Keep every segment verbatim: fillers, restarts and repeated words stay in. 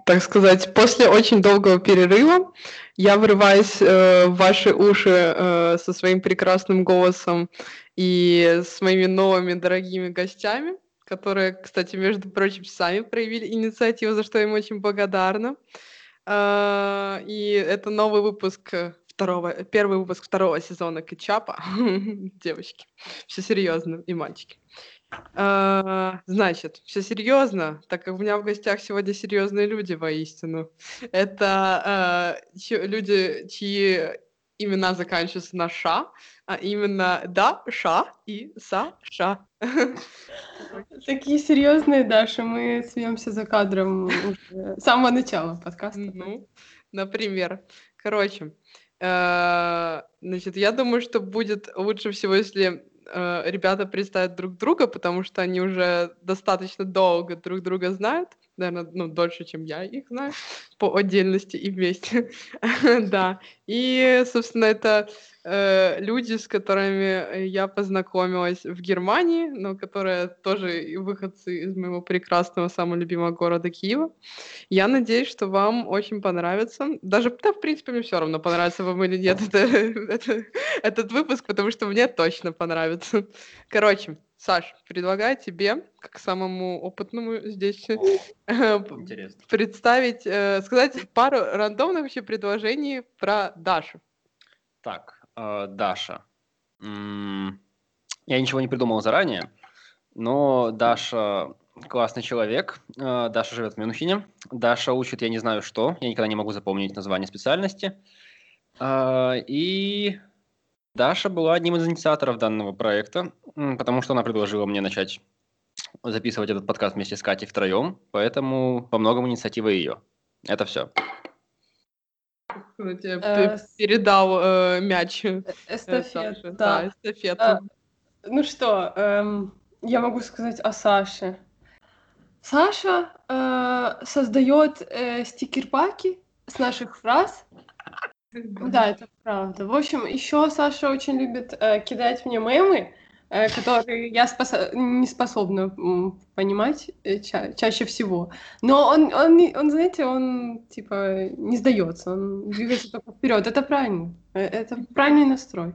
так сказать, после очень долгого перерыва я врываюсь э, в ваши уши э, со своим прекрасным голосом и с моими новыми дорогими гостями, которые, кстати, между прочим, сами проявили инициативу, за что им очень благодарна. А, И это новый выпуск э, второго, первый выпуск второго сезона Кетчапа. Девочки, все серьезно, и мальчики. А, Значит, все серьезно, так как у меня в гостях сегодня серьезные люди воистину. Это а, чё- люди, чьи имена заканчиваются на ша, а именно да, ша и Саша. Такие серьезные, Даша, мы смеемся за кадром уже с самого начала подкаста. Ну, например. Короче, э, значит, я думаю, что будет лучше всего, если э, ребята представят друг друга, потому что они уже достаточно долго друг друга знают. Наверное, ну, дольше, чем я их знаю, по отдельности и вместе. Да. И, собственно, это э, люди, с которыми я познакомилась в Германии, но которые тоже и выходцы из моего прекрасного, самого любимого города Киева. Я надеюсь, что вам очень понравится. Даже, да, в принципе, мне все равно, понравится вам или нет это, это- этот выпуск, потому что мне точно понравится. Короче, Саш, предлагаю тебе, как самому опытному здесь, э, Интересно. представить, э, сказать пару рандомных вообще предложений про Дашу. Так, э, Даша. М, Я ничего не придумал заранее, но Даша классный человек. Э, Даша живет в Мюнхене. Даша учит, я не знаю что. Я никогда не могу запомнить название специальности. А, И Даша была одним из инициаторов данного проекта, м, потому что она предложила мне начать записывать этот подкаст вместе с Катей втроем, поэтому по многому инициатива ее. Это все. Кто тебе Э, пе- передал э, мяч э, Саше. Да, Эстафета. Э, эстафету. Ну что, эм, я могу сказать о Саше. Саша э, создает э, стикер-паки с наших фраз. Да, это правда. В общем, еще Саша очень любит э, кидать мне мемы, э, которые я спосо- не способна м, понимать э, ча- чаще всего. Но он, он, не- он, знаете, он типа не сдается, он двигается только вперед. Это правильно. Э, Это правильный настрой.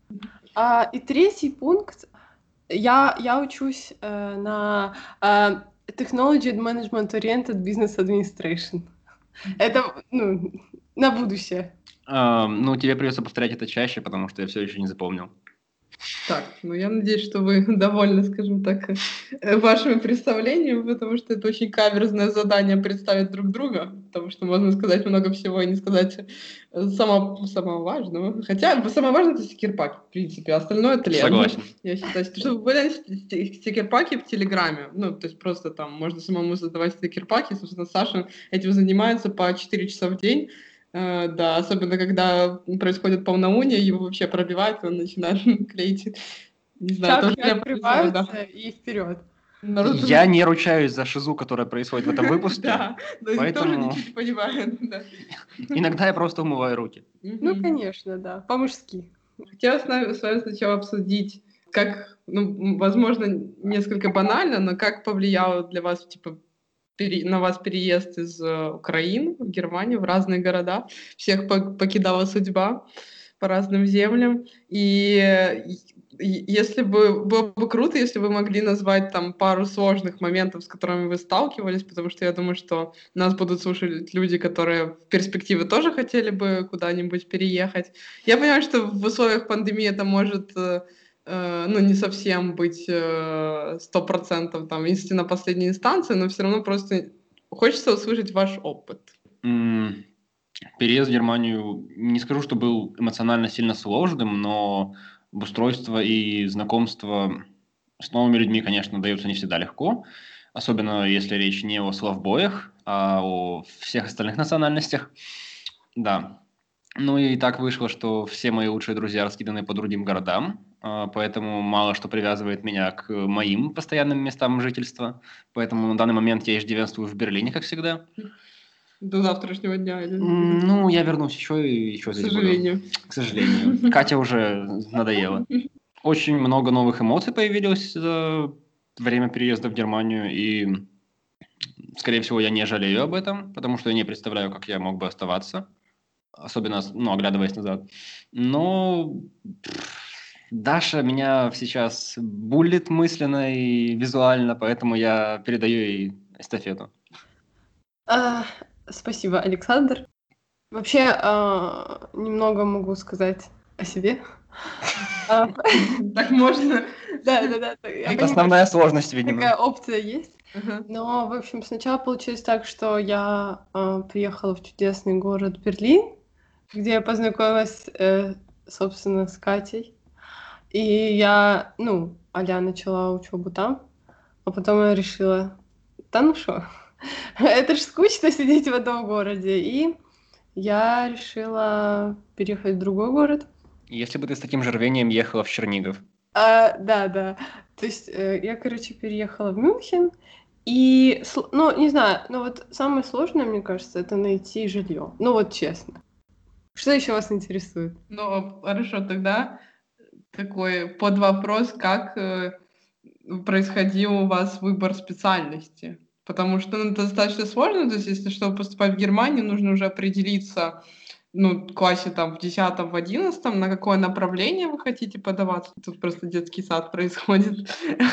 А, и третий пункт. Я, я учусь э, на э, Technology Management Oriented Business Administration. Это ну, на будущее. А, ну, тебе придется повторять это чаще, потому что я все еще не запомнил. Так, ну я надеюсь, что вы довольны, скажем так, э, вашими представлениями, потому что это очень каверзное задание представить друг друга, потому что можно сказать много всего и не сказать э, самого, самого важного. Хотя самое важное — это стикер-паки, в принципе, а остальное — это лен. Согласен. Я считаю, что чтобы были ст- стикер-паки в Телеграме, ну, то есть просто там можно самому создавать стикер-паки, собственно, Саша этим занимается по четыре часа в день. Э, да, особенно когда происходит полнолуние, его вообще пробивает, и он начинает клеить. Не знаю, тоже Чакры меня повезло, да. открываются и вперед. Наруто. Я не ручаюсь за шизу, которая происходит в этом выпуске, Да, но и тоже поэтому ничего не понимает, да. иногда я просто умываю руки. Ну, Мгм. конечно, да, по-мужски. Хотела с нами- с вами сначала обсудить, как, ну, м, возможно, несколько банально, но как повлияло для вас, типа, пере- на вас переезд из э, Украины в Германию, в разные города. Всех пок- покидала судьба по разным землям. И э, и- если бы было бы круто, если вы могли назвать там пару сложных моментов, с которыми вы сталкивались, потому что я думаю, что нас будут слушать люди, которые в перспективе тоже хотели бы куда-нибудь переехать. Я понимаю, что в условиях пандемии это может э, э, ну, не совсем быть э, сто процентов там истинно последней инстанции, но все равно просто хочется услышать ваш опыт. М, Переезд в Германию, не скажу, что был эмоционально сильно сложным, но обустройство и знакомство с новыми людьми, конечно, даются не всегда легко, особенно если речь не о славбоях, а о всех остальных национальностях. Да. Ну и так вышло, что все мои лучшие друзья раскиданы по другим городам, а, поэтому мало что привязывает меня к моим постоянным местам жительства. Поэтому на данный момент я иждивенствую в Берлине, как всегда. До завтрашнего дня или М, Ну, я вернусь еще и еще к здесь буду. сожалению. К сожалению. Катя уже надоела. Очень много новых эмоций появилось за время переезда в Германию, и Скорее всего, я не жалею об этом, потому что я не представляю, как я мог бы оставаться, особенно, ну, оглядываясь назад. Но Даша меня сейчас буллит мысленно и визуально, поэтому я передаю ей эстафету. А, спасибо, Александр. Вообще, а, немного могу сказать о себе. А, Так можно? Да, да, да. Я Это понимаю, основная сложность, видимо. такая опция есть. Ага. Но, в общем, сначала получилось так, что я а, приехала в чудесный город Берлин, где я познакомилась, э, собственно, с Катей. И я, ну, а-ля начала учебу там, а потом я решила, да ну что, это ж скучно сидеть в одном городе. И я решила переехать в другой город. Если бы ты с таким же рвением ехала в Чернигов. А, да, да. То есть э, я, короче, переехала в Мюнхен. И, сл- ну, не знаю, но вот самое сложное, мне кажется, это найти жилье. Ну, вот честно. Что еще вас интересует? Ну, хорошо, тогда такой под вопрос, как э, происходил у вас выбор специальности? Потому что ну, это достаточно сложно, то есть если чтобы поступать в Германию, нужно уже определиться, ну, в классе там в десятом, в одиннадцатом, на какое направление вы хотите подаваться. Тут просто детский сад происходит.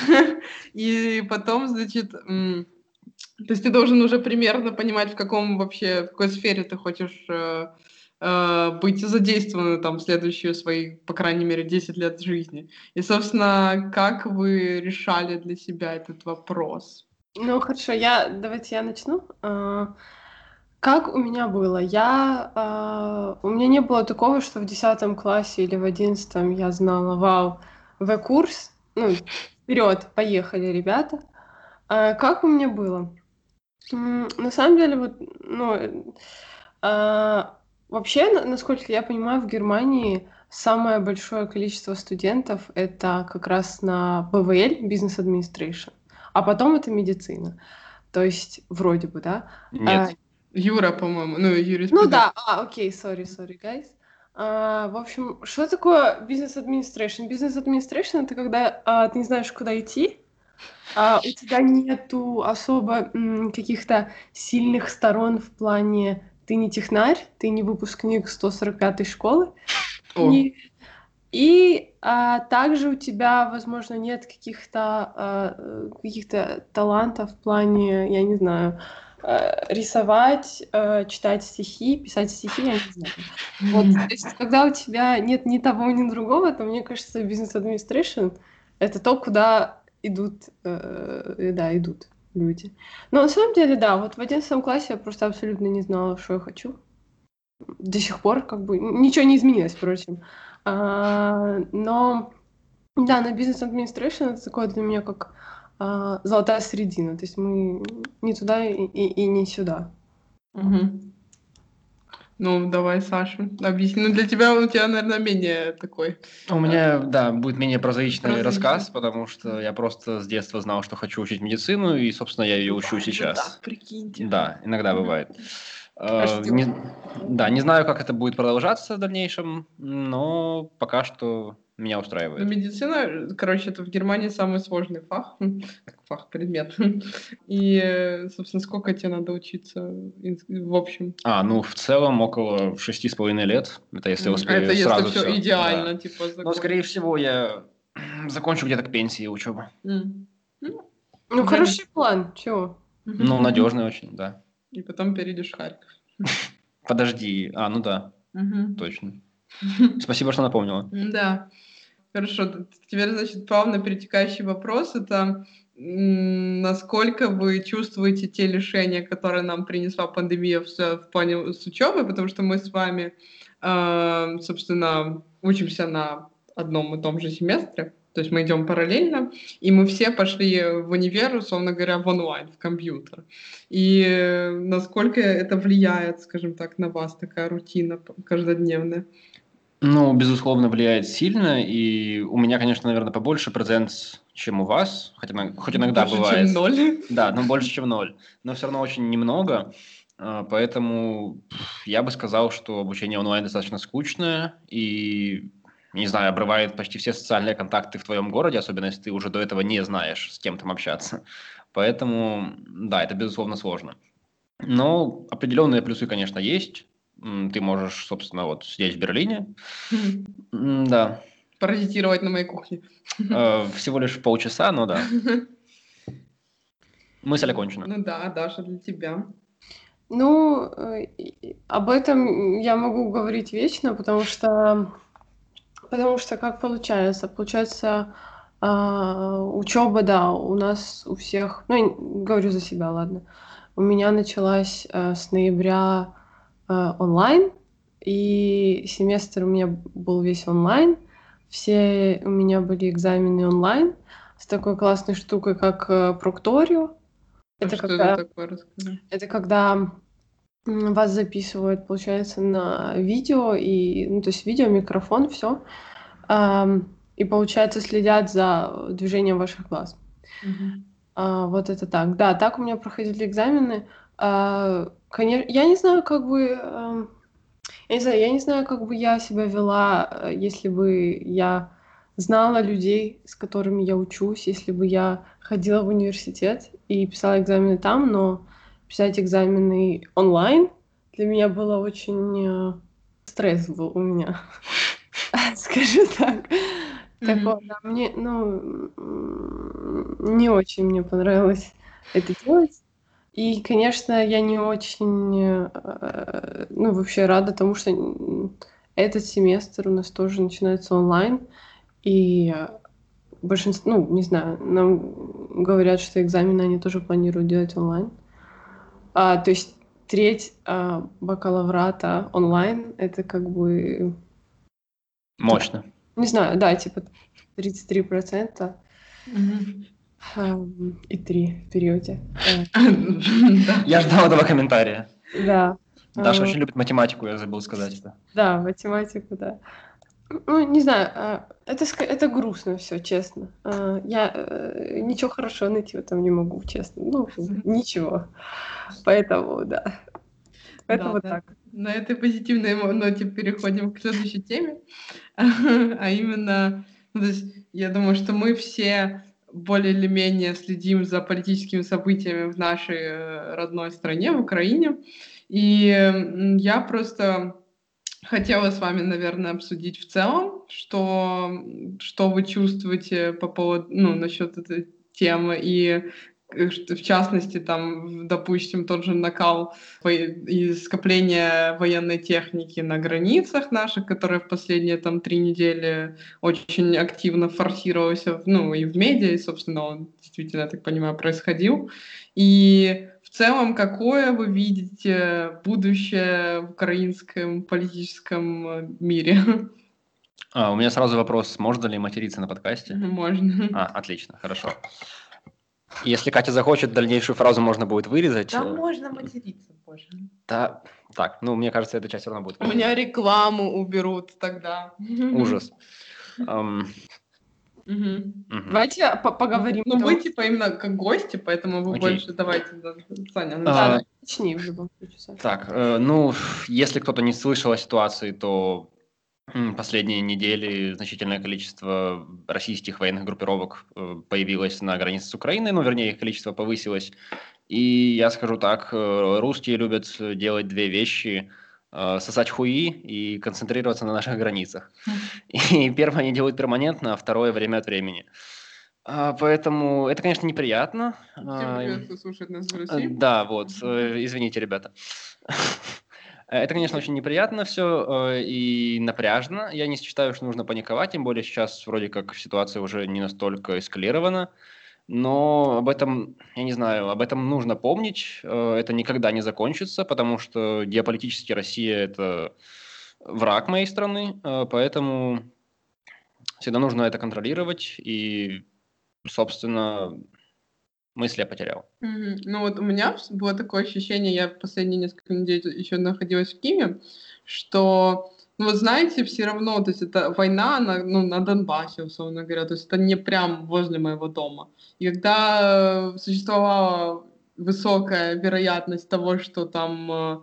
И потом, значит, м, то есть ты должен уже примерно понимать, в каком вообще, в какой сфере ты хочешь э, э, быть задействован там в следующие свои, по крайней мере, десять лет жизни. И, собственно, как вы решали для себя этот вопрос? Ну, хорошо, я, давайте я начну. А, Как у меня было? Я, а, у меня не было такого, что в десятом классе или в одиннадцатом я знала, вау, В-курс, ну, вперед, поехали, ребята. А как у меня было? М, На самом деле, вот, ну, э, а, вообще, на- насколько я понимаю, в Германии самое большое количество студентов это как раз на бэ вэ эль, Business Administration, а потом это медицина. То есть, вроде бы, да. А, Нет. Юра, по-моему, ну, Ну юриспруденция. да, а, окей, sorry, sorry, guys. А, в общем, что такое Business Administration? Business Administration это когда а, ты не знаешь, куда идти, а, у тебя нету особо м, каких-то сильных сторон в плане ты не технарь, ты не выпускник сто сорок пятой школы, О, и, и а, также у тебя, возможно, нет каких-то а, э, каких-то талантов в плане, я не знаю, э, рисовать, э, читать стихи, писать стихи, я не знаю. Вот, то есть, когда у тебя нет ни того, ни другого, то, мне кажется, бизнес администрейшн это то, куда идут, э, э, да, идут люди. Но на самом деле, да, вот в одиннадцатом классе я просто абсолютно не знала, что я хочу. До сих пор как бы ничего не изменилось, впрочем. А, но да, на бизнес администрейшн это такое для меня как а, золотая середина. То есть мы не туда и, и, и не сюда. мгм. Ну, давай, Саша, объясни. Ну, для тебя, у тебя, наверное, менее такой У меня, да, будет менее прозаичный прозаичный. рассказ, потому что я просто с детства знал, что хочу учить медицину, и, собственно, я ее учу Бывает же сейчас. так, прикиньте. Да, иногда Мгм. бывает. Аж Э, дела. не- да, не знаю, как это будет продолжаться в дальнейшем, но пока что меня Ну, устраивает. медицина, э, короче, это в Германии самый сложный фах, как фах, предмет. И, э, собственно, сколько тебе надо учиться ин- в общем? А, ну, в целом около шести с половиной лет. Это если М, А это успею если сразу все все. идеально, Да. типа, Но, закончить. скорее всего, я закончу где-то к пенсии учебу. М. Ну, Ну, жаль. хороший план, чего? Ну, надежный очень, да. И потом перейдешь в Харьков. Подожди. А, ну да, Мгм. точно. Спасибо, что напомнила. Да. Хорошо, т- теперь, значит, плавно перетекающий вопрос. Это м, насколько вы чувствуете те лишения, которые нам принесла пандемия в, с- в плане с учебой, потому что мы с вами, э, собственно, учимся на одном и том же семестре, то есть мы идем параллельно, и мы все пошли в универ, условно говоря, в онлайн, в компьютер. И э, насколько это влияет, скажем так, на вас, такая рутина п- каждодневная? Ну, безусловно, влияет сильно, и у меня, конечно, наверное, побольше процент, чем у вас, хотя, на- хоть иногда Больше, чем бывает. ноль. Да, но больше, чем ноль. Но все равно очень немного, а, поэтому пф, я бы сказал, что обучение онлайн достаточно скучное, и не знаю, обрывает почти все социальные контакты в твоем городе, особенно если ты уже до этого не знаешь, с кем там общаться. Поэтому, да, это, безусловно, сложно. Но определенные плюсы, конечно, есть. М, Ты можешь, собственно, вот сидеть в Берлине. М, Да, Паразитировать на моей кухне. Э, всего лишь полчаса, но да. Мысль окончена. Ну да, Даша, для тебя. Ну, э, и- об этом я могу говорить вечно, потому что, потому что как получается? Получается, учеба, да, у нас у всех, ну, я говорю за себя, ладно. У меня началась э, с ноября э, онлайн, и семестр у меня был весь онлайн. Все у меня были экзамены онлайн с такой классной штукой, как э, Прокторио. А Это что это когда, такое, расскажи. это когда м, вас записывают, получается, на видео, и, ну, то есть видео, микрофон, все. И, получается, следят за движением ваших глаз. Мгм. А, вот это так. Да, так у меня проходили экзамены. А, коне я не знаю, как бы, ам, я не знаю я не знаю, как бы я себя вела, э, если бы я знала людей, с которыми я учусь, если бы я ходила в университет и писала экзамены там, но писать экзамены онлайн для меня было очень, э, стресс был у меня, скажу так. Мгм. Такое, да, мне, ну, м, не очень мне понравилось это делать. И, конечно, я не очень, э, ну, вообще рада тому, что н этот семестр у нас тоже начинается онлайн. И большинство, ну, не знаю, нам говорят, что экзамены они тоже планируют делать онлайн. А, то есть треть, а, бакалаврата онлайн — это как бы, Мощно. не знаю, да, типа тридцать три процента. Мгм. Ам, и три в периоде. Э, Да. Я ждал этого комментария. да, Даша а, очень любит математику, я забыл сказать это. да, математику, да. Ну, не знаю, а, это ска это грустно все, честно. А, я, э, ничего хорошего найти в этом не могу, честно. Ну, ничего. Поэтому да. Да, Поэтому да. так. На этой позитивной мо- ноте переходим к следующей теме, а именно, ну, то есть, я думаю, что мы все более или менее следим за политическими событиями в нашей э, родной стране, в Украине. И м, я просто хотела с вами, наверное, обсудить в целом, что, м, что вы чувствуете по поводу, ну, насчет этой темы, и э, что, в частности, там, в- допустим, тот же накал во- и скопление военной техники на границах наших, которые в последние там три недели очень активно форсировался, в- ну, и в медиа, и, собственно, он действительно, я так понимаю, происходил. И в целом, какое вы видите будущее в украинском политическом э, мире? А, у меня сразу вопрос, можно ли материться на подкасте? Можно. А, отлично, хорошо. Если Катя захочет, дальнейшую фразу можно будет вырезать. Да, э, можно материться, боже. Да, так, ну, мне кажется, эта часть все равно будет У вырезана. меня рекламу уберут тогда. Ужас. Ам, Мгм. мгм. Давайте по поговорим, Ну, потому вы типа именно как гости, поэтому вы Окей. больше давайте, да, Саня, да, А, начинай. начни в любом случае, Саша. Так, э, ну, если кто-то не слышал о ситуации, то м, последние недели значительное количество российских военных группировок э, появилось на границе с Украиной, ну, вернее, их количество повысилось. И я скажу так, э, русские любят делать две вещи: э, сосать хуи и концентрироваться на наших границах. И первое они делают перманентно, а второе время от времени. А, Поэтому это, конечно, неприятно. Всем А, привет, кто слушает нас в э, России. Да, вот, э, извините, ребята. Э, Это, конечно, очень неприятно все и напряжно. Я не считаю, что нужно паниковать, тем более сейчас вроде как ситуация уже не настолько эскалирована. Но об этом, я не знаю, об этом нужно помнить. Э, Это никогда не закончится, потому что геополитически Россия – это враг моей страны, э, поэтому всегда нужно это контролировать. И, собственно, мысли я потерял. Мгм. Ну вот у меня вс было такое ощущение, я последние несколько недель еще находилась в Киеве, что, ну вот знаете, все равно, то есть это война на, ну, на Донбассе, условно говоря, то есть это не прям возле моего дома. И когда э, существовала высокая вероятность того, что там э,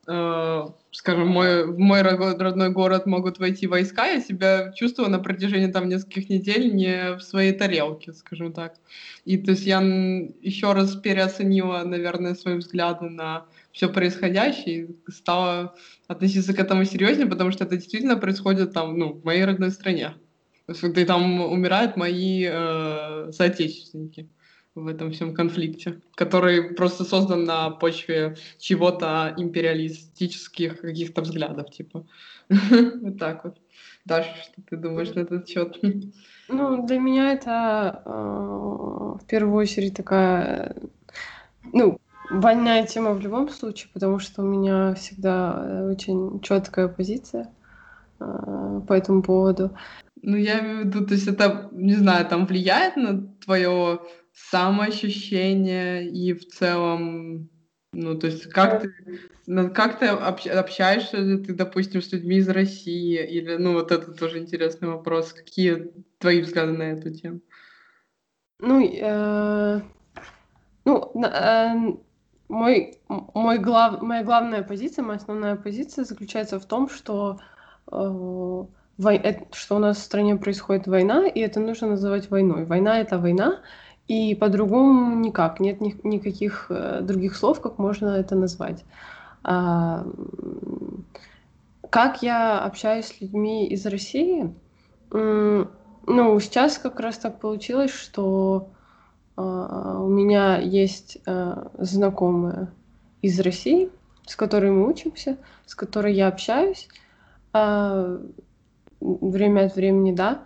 э, скажем, мой, в мой ро- родной город могут войти войска, я себя чувствовала на протяжении там нескольких недель не в своей тарелке, скажем так. И то есть я еще раз переоценила, наверное, свои взгляды на все происходящее и стала относиться к этому серьезнее, потому что это действительно происходит там, ну, в моей родной стране. То есть вот и там умирают мои э, соотечественники в этом всем конфликте, который просто создан на почве чего-то империалистических каких-то взглядов, типа. Вот так вот. Даша, что ты думаешь на этот счет? Ну, для меня это э, в первую очередь такая, ну, больная тема в любом случае, потому что у меня всегда э, очень четкая позиция э, по этому поводу. Ну, я имею в виду, то есть это, не знаю, там влияет на твое самоощущение и в целом, ну, то есть как ты, ну, как ты общ- общаешься ли ты, допустим, с людьми из России, или, ну, вот это тоже интересный вопрос, какие твои взгляды на эту тему? Ну, э, ну, на- э, мой, м- мой глав, моя главная позиция, моя основная позиция заключается в том, что, э, вой- э, что у нас в стране происходит война, и это нужно называть войной. Война — это война, и по-другому никак. Нет ни- никаких э, других слов, как можно это назвать. А, м, как я общаюсь с людьми из России? М, Ну, сейчас как раз так получилось, что а, у меня есть а, знакомая из России, с которой мы учимся, с которой я общаюсь а, время от времени, да.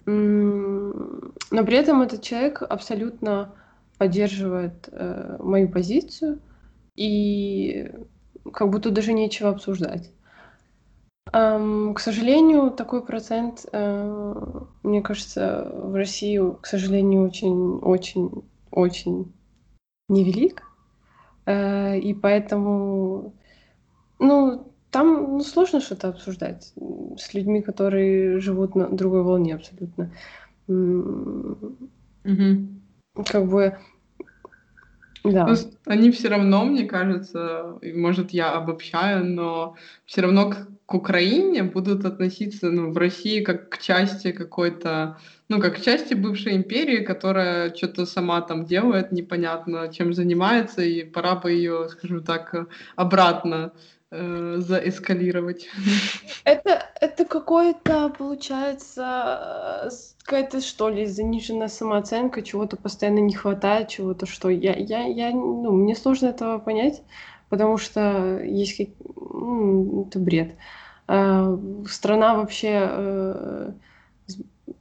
М, Но при этом этот человек абсолютно поддерживает э, мою позицию, и как будто даже нечего обсуждать. Ам, к сожалению, такой процент, э, мне кажется, в России, к сожалению, очень, очень, очень невелик. Э, и поэтому, ну, там, ну, сложно что-то обсуждать, м, с людьми, которые живут на другой волне абсолютно. М, Мгм. как бы, Ну, да. с они все равно, мне кажется, и, может, я обобщаю, но все равно к к Украине будут относиться, ну, в России как к части какой-то, ну, как к части бывшей империи, которая что то сама там делает, непонятно чем занимается, и пора бы ее, скажем так, э, обратно, э, заэскалировать. Это, это какое-то, получается, э, с- какая-то, что ли, заниженная самооценка, чего-то постоянно не хватает, чего-то, что я, я, я, ну, мне сложно этого понять, потому что есть как, ну, это бред. А, страна вообще, э, с-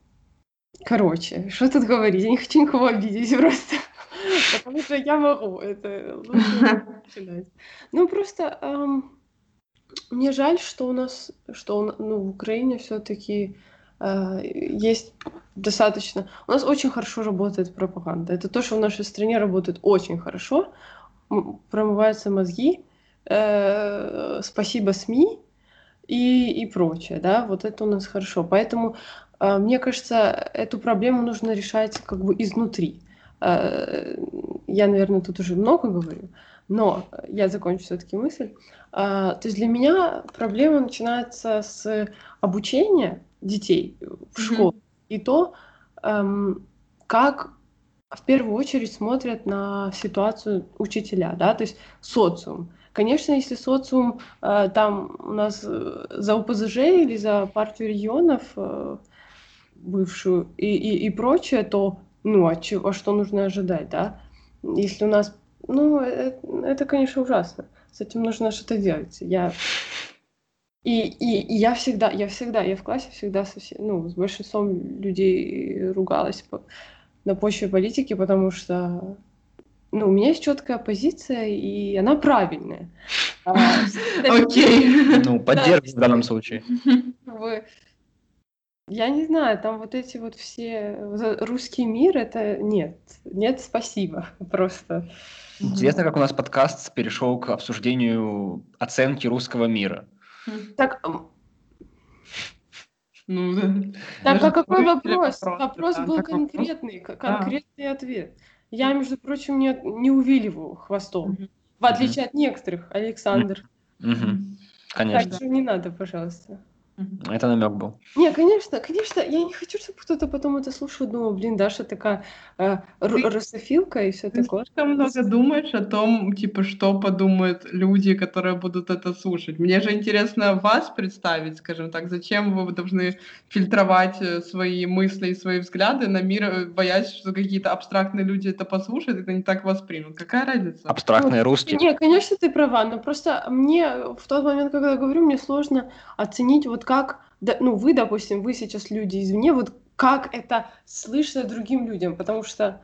короче, что тут говорить, я не хочу никого обидеть просто, потому что я могу, это лучше не начинать. Ну, просто, ам, мне жаль, что у нас, что у на- ну, в Украине все-таки есть достаточно. У нас очень хорошо работает пропаганда. Это то, что в нашей стране работает очень хорошо. М, Промываются мозги. э, Спасибо СМИ и, и прочее, да, вот это у нас хорошо. Поэтому, а, мне кажется, эту проблему нужно решать как бы изнутри. Э, Я, наверное, тут уже много говорю, но я закончу все-таки мысль. А, То есть для меня проблема начинается с обучения детей в школе. Мгм. И то, эм, как в первую очередь смотрят на ситуацию учителя, да, то есть социум. Конечно, если социум, э, там у нас э, за ОПЗЖ или за партию регионов э, бывшую и, и, и прочее, то ну а, чё- а что нужно ожидать, да? Если у нас, ну э- это, конечно, ужасно. С этим нужно что-то делать. Я и, и, и я всегда, я всегда, я в классе всегда со все, ну, с большинством людей ругалась по- на почве политики, потому что ну, у меня есть четкая позиция, и она правильная. А, все остальные, Окей. Ну, да, поддерживаю в данном случае. как бы, я не знаю, там вот эти вот все за- русский мир, это нет, нет, спасибо, просто. Интересно, как у нас подкаст перешел к обсуждению оценки русского мира. Мгм. Так, м, Ну да. так Даже а какой слушатели вопрос? вопросы, Вопрос да. был Так вопрос? конкретный, к- Да. конкретный ответ. Я, между прочим, не, не увиливаю хвостом, Мгм. в Мгм. отличие от некоторых, Александр. Мгм. Так Конечно. же не надо, пожалуйста. Мгм. Это намек был. Не, конечно, конечно, я не хочу, чтобы кто-то потом это слушал, думал, блин, Даша такая э, ру- Ты русофилка и все ты такое. слишком много думаешь о том, типа, что подумают люди, которые будут это слушать. Мне же интересно вас представить, скажем так. Зачем вы должны фильтровать э, свои мысли и свои взгляды на мир, э, боясь, что какие-то абстрактные люди это послушают, и это не так воспримут? Какая разница? Ну, Абстрактные русские. не, конечно, ты права, но просто мне в тот момент, когда я говорю, мне сложно оценить, вот как, да, ну, вы, допустим, вы сейчас люди извне, вот как это слышно другим людям, потому что,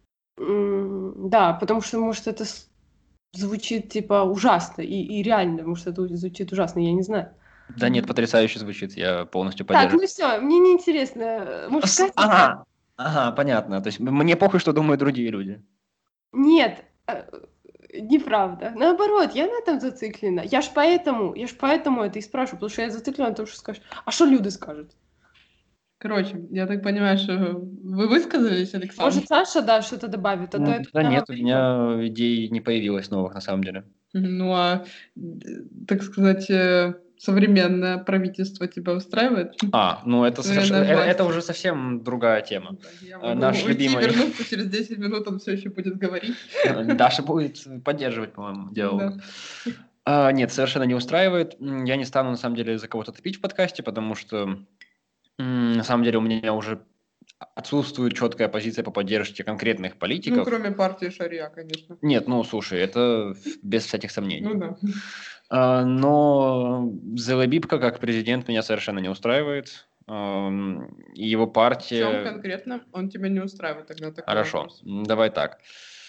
м, да, потому что, может, это с- звучит, типа, ужасно, и, и реально, может, это звучит ужасно, я не знаю. Да нет, Мгм. потрясающе звучит, я полностью Так, поддерживаю. ну все, мне не интересно, э, С- мужская такая. Ага, ага, понятно. То есть м- мне похуй, что думают другие люди. Нет, э, неправда. Наоборот, я на этом зациклена. Я ж поэтому, я ж поэтому это и спрашиваю, потому что я зациклена на том, что скажешь. А что люди скажут? Короче, я так понимаю, что вы высказались, Александр? Может, Саша, да, что-то добавит, а то я М, тут Да нет, у наговорила. меня идей не появилось новых на самом деле. Мгм. Ну, а, э, так сказать, э, современное правительство тебя устраивает? А, ну это, соверш- Современная э- власть. это уже совсем другая тема. Да, я Э, могу Наш уйти, любимый вернуться, через десять минут он все еще будет говорить. Даша будет поддерживать, по-моему, диалог. Да. А, Нет, совершенно не устраивает. М, Я не стану, на самом деле, за кого-то топить в подкасте, потому что, м, на самом деле, у меня уже отсутствует четкая позиция по поддержке конкретных Ну, политиков. кроме партии Шария, конечно. Нет, ну, слушай, это без всяких сомнений. Ну да. А, Но Зелебибка как президент меня совершенно не устраивает. Ам, и Его В чем партия... конкретно он тебя не устраивает? Тогда такой Хорошо, вопрос. м, давай так.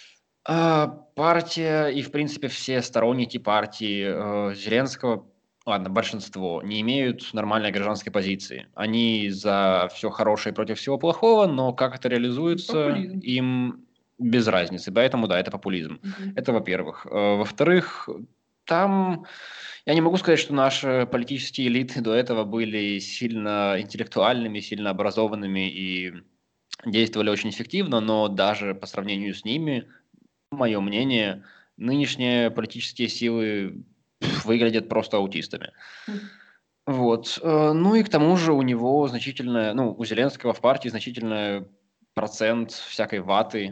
А, Партия и, в принципе, все сторонники партии э, Зеленского, ладно, большинство, не имеют нормальной гражданской позиции. Они за все хорошее против всего плохого, но как это реализуется, Популизм. им без разницы. Поэтому, да, это популизм. Мгм. Это во-первых. Э, Во-вторых, там я не могу сказать, что наши политические элиты до этого были сильно интеллектуальными, сильно образованными и действовали очень эффективно, но даже по сравнению с ними, мое мнение, нынешние политические силы пф, выглядят просто аутистами. Мгм. Вот. Э, Ну и к тому же у него значительная, ну, у Зеленского в партии значительный процент всякой ваты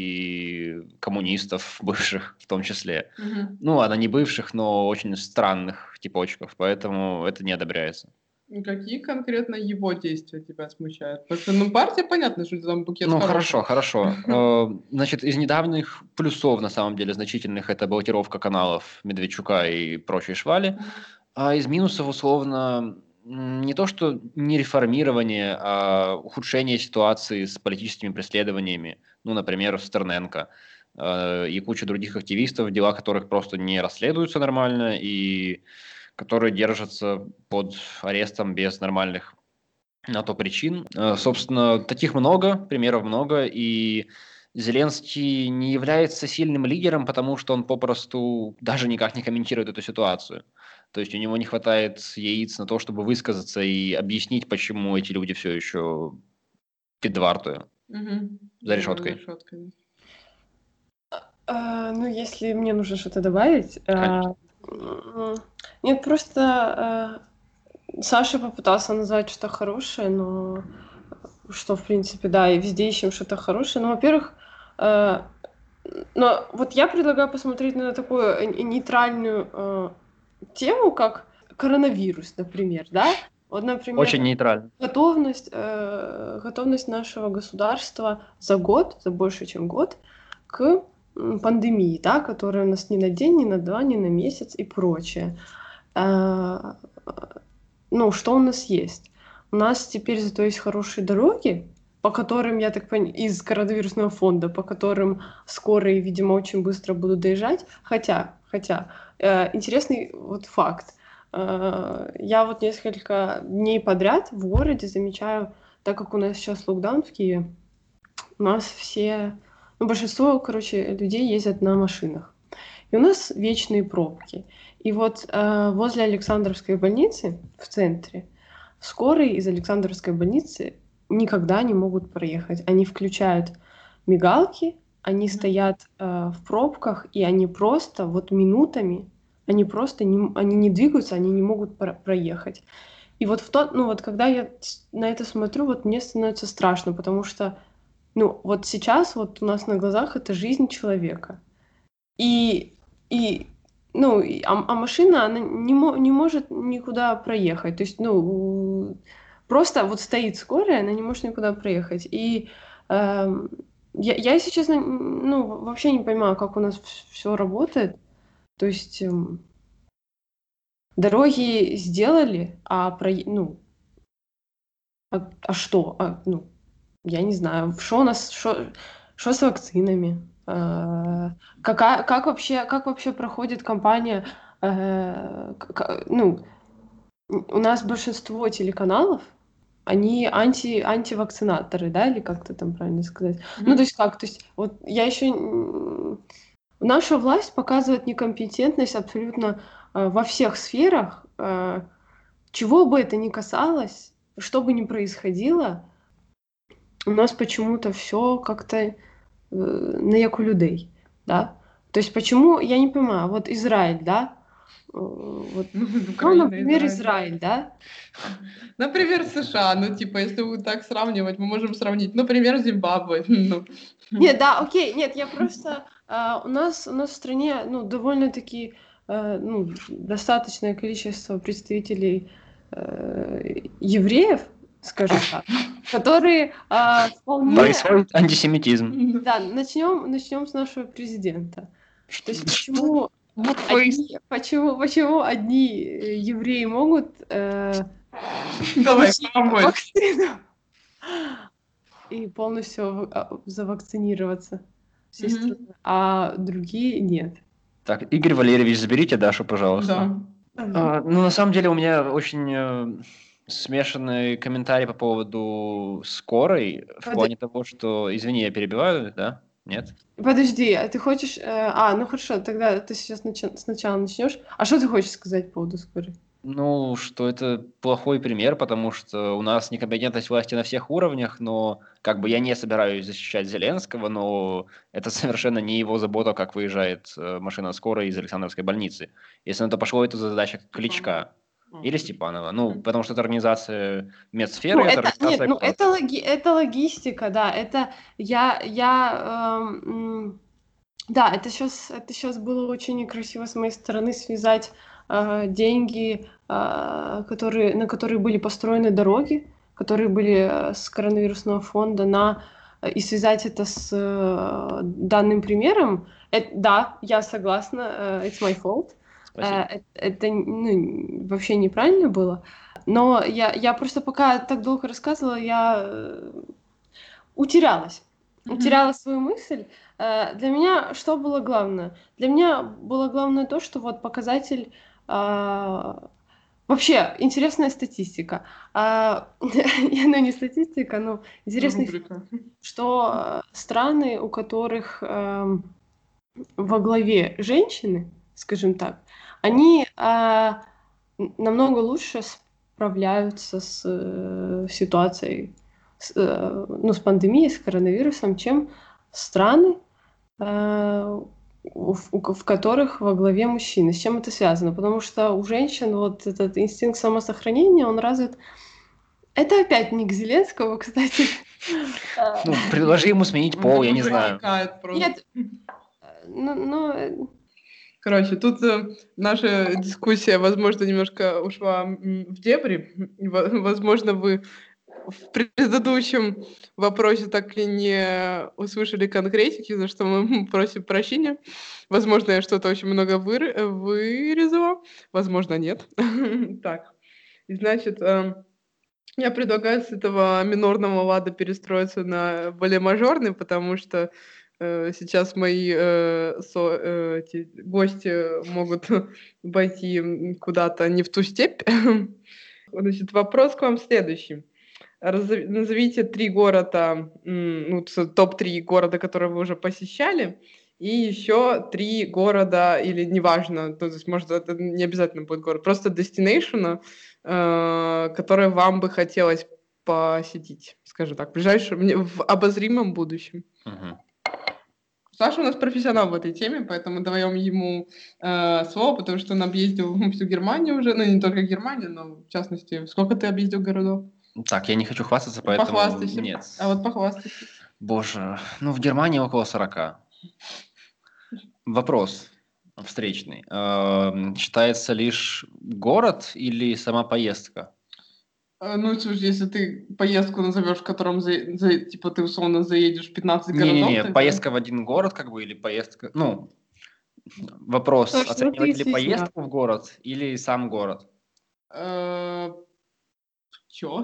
и коммунистов бывших в том числе. Мгм. Ну ладно, не бывших, но очень странных типочков, поэтому это не одобряется. И Какие конкретно его действия тебя смущают? Потому что, ну, партия, понятно, что там букет Ну, хороших. хорошо, хорошо. Э, Значит, из недавних плюсов, на самом деле, значительных, это блокировка каналов Медведчука и прочей швали. Мгм. А из минусов, условно, м, не то что не реформирование, а ухудшение ситуации с политическими преследованиями. Ну, например, Стерненко э, и куча других активистов, дела которых просто не расследуются нормально и которые держатся под арестом без нормальных на то причин. Э, Собственно, таких много, примеров много, и Зеленский не является сильным лидером, потому что он попросту даже никак не комментирует эту ситуацию. То есть у него не хватает яиц на то, чтобы высказаться и объяснить, почему эти люди все еще під вартою, Мгм. за Да, решеткой. за решеткой. А, ну, если мне нужно что-то добавить, а, Конечно. м, нет, просто а, Саша попытался назвать что-то хорошее, но что, в принципе, да, и везде ищем что-то хорошее. Ну, во-первых, э, но вот я предлагаю посмотреть на такую э, нейтральную э, тему, как коронавирус, например, да? Вот, например, Очень нейтрально. готовность, э, готовность нашего государства за год, за больше, чем год, к м, пандемии, да, которая у нас ни на день, ни на два, ни на месяц и прочее. А, ну, что у нас есть? У нас теперь зато есть хорошие дороги, по которым, я так понимаю, из коронавирусного фонда, по которым скорые, видимо, очень быстро будут доезжать. Хотя, хотя, э, интересный вот факт. Э, я вот несколько дней подряд в городе замечаю, так как у нас сейчас локдаун в Киеве, у нас все, ну, большинство, короче, людей ездят на машинах. И у нас вечные пробки. И вот э, возле Александровской больницы в центре скорые из Александровской больницы никогда не могут проехать. Они включают мигалки, они Мгм. стоят э, в пробках, и они просто вот минутами Они просто не, м- они не двигаются, они не могут про- проехать. И вот в тот, ну вот когда я с- на это смотрю, вот мне становится страшно, потому что, ну вот сейчас вот у нас на глазах это жизнь человека. И, и ну, и- а, а машина, она не, мо- не может никуда проехать. То есть, ну, у- просто вот стоит скорая, она не может никуда проехать. И эм, я, я, если честно, н- ну, в- вообще не понимаю, как у нас все работает. То есть эм, дороги сделали, а про, ну, а, а что? А, ну, я не знаю, что у нас, что, что с вакцинами? А, какая, как вообще, как вообще проходит кампания? э, к- к- ну, у нас большинство телеканалов, они анти, антивакцинаторы, да, или как-то там правильно сказать? Ну, то Мгм. есть как? То есть вот я еще... Наша власть показывает некомпетентность абсолютно э, во всех сферах, э, чего бы это ни касалось, что бы ни происходило, у нас почему-то все как-то э, на як у людей, да. То есть почему, я не понимаю, вот Израиль, да, э, вот, Ну, ну, Украина, например, Израиль. Израиль, да, Например, США. Ну, типа, если вот так сравнивать, мы можем сравнить. Например, Зимбабве. Ну. нет, да, окей, нет, я просто а, у нас у нас в стране, ну, довольно-таки э, ну, достаточное количество представителей э, евреев, скажем так, которые а, вполне, Происходит антисемитизм. да, начнем начнем с нашего президента. То есть Что? почему Вот одни, почему почему одни э, евреи могут э, Давай, получить помочь. вакцину и полностью в- а, завакцинироваться всей Мгм. страной, а другие нет. Так, Игорь Валерьевич, заберите Дашу, пожалуйста. Да. А, ну, на самом деле, у меня очень э, смешанный комментарий по поводу скорой, в Под- плане того, что... Извини, я перебиваю, да? Нет? Подожди, а ты хочешь... э, А, ну хорошо, тогда ты сейчас начи- сначала начнешь. А что ты хочешь сказать по поводу скорой? Ну, что это плохой пример, потому что у нас некомпетентность власти на всех уровнях, но как бы я не собираюсь защищать Зеленского, но это совершенно не его забота, как выезжает э, машина скорой из Александровской больницы. Если на то пошло, это задача Кличка или Степанова. Ну, Мгм. потому что это организация Ну, медсферы, это это... Нет, организация ну города. это, логи... это логистика, да. Это я... я эм, м, Да, это сейчас, это сейчас было очень некрасиво с моей стороны связать э, деньги, э, которые, на которые были построены дороги, которые были э, с коронавирусного фонда, на, э, и связать это с э, данным примером. Эт- да, я согласна, э, it's my fault. Спасибо. Э, э- это ну, вообще неправильно было. Но я, я просто пока так долго рассказывала, я э, утерялась. Мгм. Утеряла свою мысль. Э, Для меня что было главное? Для меня было главное то, что вот показатель а, вообще интересная статистика. А, Ну, не статистика, но интересный факт, Рубрика. что э, страны, у которых эм, во главе женщины, скажем так, они а, н- намного лучше справляются с э, ситуацией, с, э, ну, с пандемией, с коронавирусом, чем страны, э, в, у- в которых во главе мужчины. С чем это связано? Потому что у женщин вот этот инстинкт самосохранения, он развит. Это опять не к Зеленскому, кстати. Э, Ну, предложи ему сменить Он пол, там я не уже знаю. икает просто. Нет, э, ну, ну, э, Короче, тут э, наша дискуссия, возможно, немножко ушла м, в дебри. Во- Возможно, вы в предыдущем вопросе так и не услышали конкретики, за что мы просим прощения. Возможно, я что-то очень много выр- э, вырезала, возможно, нет. Так, и значит, эм, я предлагаю с этого минорного лада перестроиться на более мажорный, потому что э, сейчас мои э, со- э, эти гости могут пойти м, куда-то не в ту степь. Значит, вопрос к вам следующий. Разов- Назовите три города, м, ну, ц- топ три города, которые вы уже посещали, и еще три города, или неважно, то есть, может, это не обязательно будет город, просто destination, э, которые вам бы хотелось посетить, скажем так, в ближайшем, не- в обозримом будущем. Мгм. Саша у нас профессионал в этой теме, поэтому даем ему э, слово, потому что он объездил всю Германию уже, ну не только Германию, но в частности, сколько ты объездил городов? Так, я не хочу хвастаться, поэтому Похвастайся. нет. А вот похвастайся. Боже, ну в Германии около сорока. Вопрос встречный. Эм, Считается лишь город или сама поездка? Э, Ну, слушай, если ты поездку назовешь, в котором, за, за- типа, ты условно заедешь в пятнадцать городов, Не-не-не, тогда... поездка в один город, как бы, или поездка... Ну, вопрос, Саш, ну ты оценивать ли стесняешься. поездку в город или сам город? Э, Чё?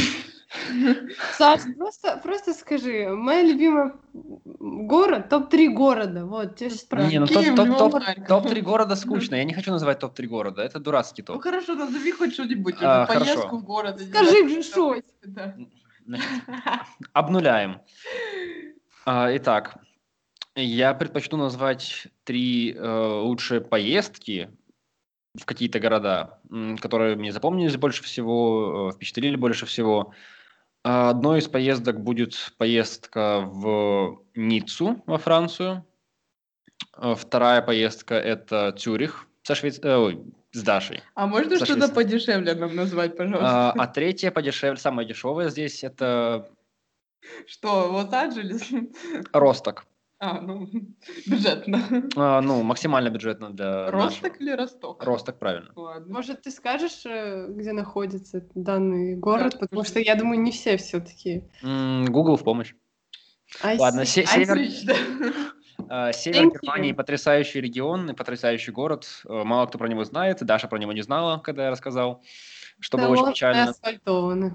Саш, просто, просто скажи, моя любимая город, топ три города, вот, тебе же Не, спрашивают. ну топ, Киев, топ, Львов, топ, Харьков. топ-три города скучно, я не хочу называть топ-три города, это дурацкий Ну топ. хорошо, назови хоть что-нибудь уже. А, Поездку хорошо. в город. я не Скажи знаю, же что. да. Значит, обнуляем. А, Итак, я предпочту назвать три э, лучшие поездки в какие-то города, м, которые мне запомнились больше всего, э, впечатлили больше всего. А, Одной из поездок будет поездка в Ниццу во Францию. А Вторая поездка – это Цюрих со Швейц... э, ой, с Дашей. А можно Со что-то Швейц- подешевле нам назвать, А, пожалуйста? а третья подешевле, самая дешевая здесь – это Что, Лос-Анджелес? Росток. А, ну, бюджетно. А, Ну, максимально бюджетно для нашего. Росток или Росток? Росток, правильно. Ладно. Может, ты скажешь, э, где находится данный город? Да, Потому слушай. что я думаю, не все все-таки. М, Google в помощь. Ладно, се- север, Отлично. э, север Thank Германии you. потрясающий регион и потрясающий город. Э, Мало кто про него знает, и Даша про него не знала, когда я рассказал, что было очень Салоны печально. асфальтованы.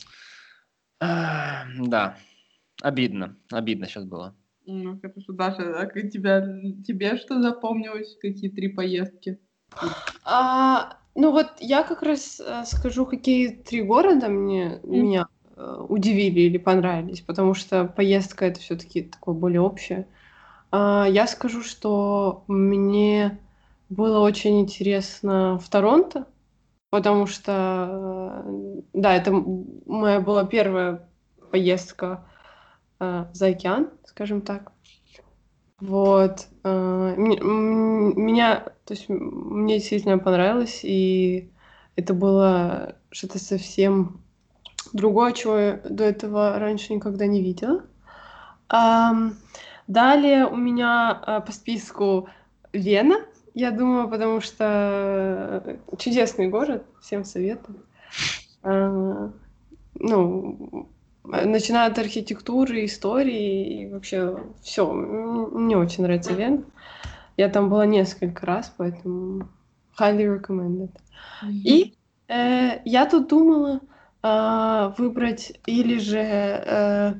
А, Да, обидно, обидно сейчас было. Ну, хорошо, Даша, а как тебя, тебе что запомнилось? Какие три поездки? А, ну вот я как раз э, скажу, какие три города мне, М. меня э, удивили или понравились, потому что поездка это все-таки такое более общее. А, я скажу, что мне было очень интересно в Торонто, потому что, э, да, это м- моя была первая поездка э, за океан, скажем так. Вот. э, мне- м, Меня, то есть м, мне действительно понравилось, и это было что-то совсем другое, чего я до этого раньше никогда не видела. Ам, Далее у меня а, по списку Вена, я думаю, потому что э, чудесный город, всем советую. А, Ну, э, начиная от архитектуры, истории и вообще все. Мне очень нравится Вена. Я там была несколько раз, поэтому highly recommended. И э, я тут думала а, выбрать или же э,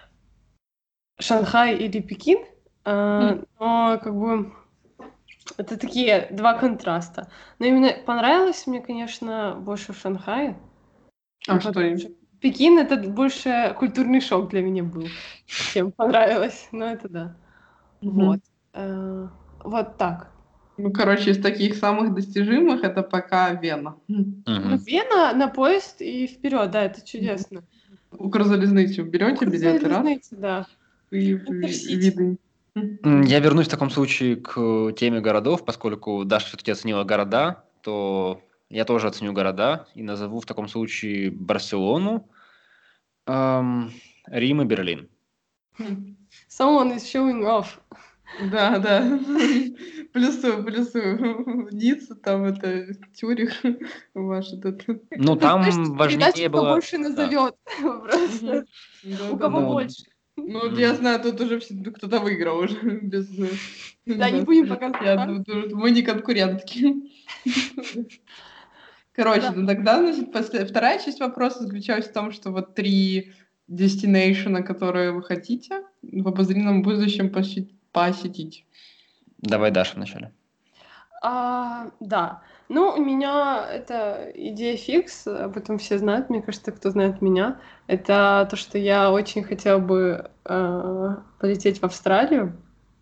Шанхай или Пекин, а, Мгм. но как бы это такие два контраста. Но именно понравилось мне, конечно, больше в Шанхае, А что потому им? что Пекин это больше культурный шок для меня был, чем понравилось. Но это да. Вот. Мгм. Э, Вот так. Ну, короче, из таких самых достижимых это пока Вена. М. Ну, Мгм. Вена на поезд и вперед, да, это Мгм. чудесно. Укрзалезницу берете билеты, раз, Укрзалезница, да. и в Интерсити. виды. М. М, Я вернусь в таком случае к теме городов, поскольку Даша все-таки оценила города, то я тоже оценю города и назову в таком случае Барселону, ам, Рим и Берлин. М. Someone is showing off. Да, да. Плюсую, плюсую. Ницца, там это Тюрих, ваш этот. Ну, Это, знаешь, там передача важнее «Кто было... больше Да. назовет». Просто. Мгм. Да, У да, кого да. Ну, больше. Ну, вот я м, знаю, тут уже все- ну, кто-то выиграл уже без э, Да, не нас. будем показывать Я пальцы. думаю, тут мы не конкурентки. Короче, Да. ну тогда, значит, после- вторая часть вопроса заключалась в том, что вот три дестинейшена, которые вы хотите в обозримом будущем поси- посетить. Давай Даша вначале. А, да. Ну, у меня это идея фикс, об этом все знают, мне кажется, кто знает меня. Это то, что я очень хотела бы э, полететь в Австралию.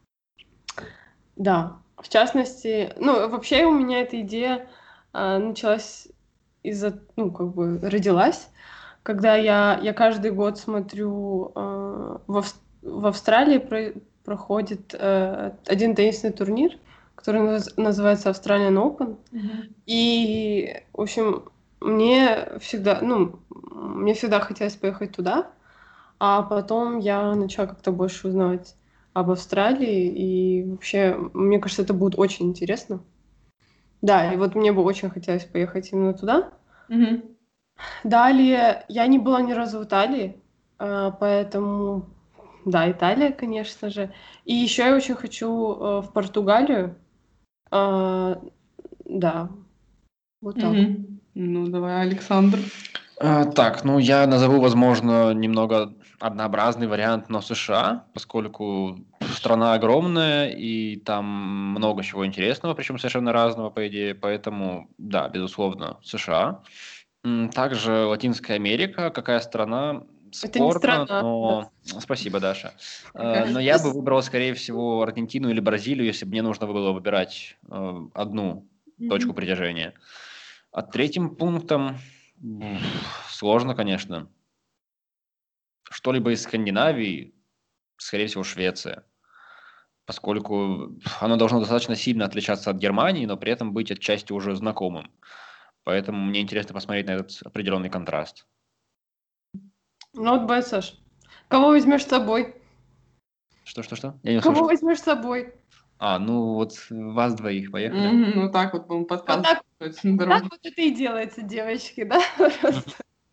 Да, в частности, ну, вообще у меня эта идея а, началась из-за, ну, как бы родилась, когда я, я каждый год смотрю а, в, Ав- в Австралии про- проходит э, один теннисный турнир, который наз- называется Australian Open. И, в общем, мне всегда, ну, мне всегда хотелось поехать туда, а потом я начала как-то больше узнавать об Австралии, и вообще, мне кажется, это будет очень интересно. Да, и вот мне бы очень хотелось поехать именно туда. Мгм. Далее, я не была ни разу в Италии, а, поэтому, да, Италия, конечно же. И еще я очень хочу э, в Португалию. А, Да, вот так. Мгм. Ну, давай, Александр. А, Так, ну я назову, возможно, немного однообразный вариант, но США, поскольку страна огромная и там много чего интересного, причем совершенно разного, по идее, поэтому, да, безусловно, США. М, Также Латинская Америка, какая страна, Это не спорно, страна, да. но... Спасибо, Даша. Э, Но я бы выбрал, скорее всего, Аргентину или Бразилию, если бы мне нужно было выбирать э, одну точку Мгм. притяжения. А третьим пунктом м, сложно, конечно. Что-либо из Скандинавии, скорее всего, Швеция, поскольку оно должно достаточно сильно отличаться от Германии, но при этом быть отчасти уже знакомым. Поэтому мне интересно посмотреть на этот определенный контраст. Not bad, Саш. Кого возьмешь с собой? Что-что-что? Я не Кого услышал. возьмешь с собой? А, ну вот вас двоих, поехали. Мгм. Ну, так вот, по-моему, Вот подкаст так, строится на вот так дорогу. вот это и делается, девочки, да? Просто.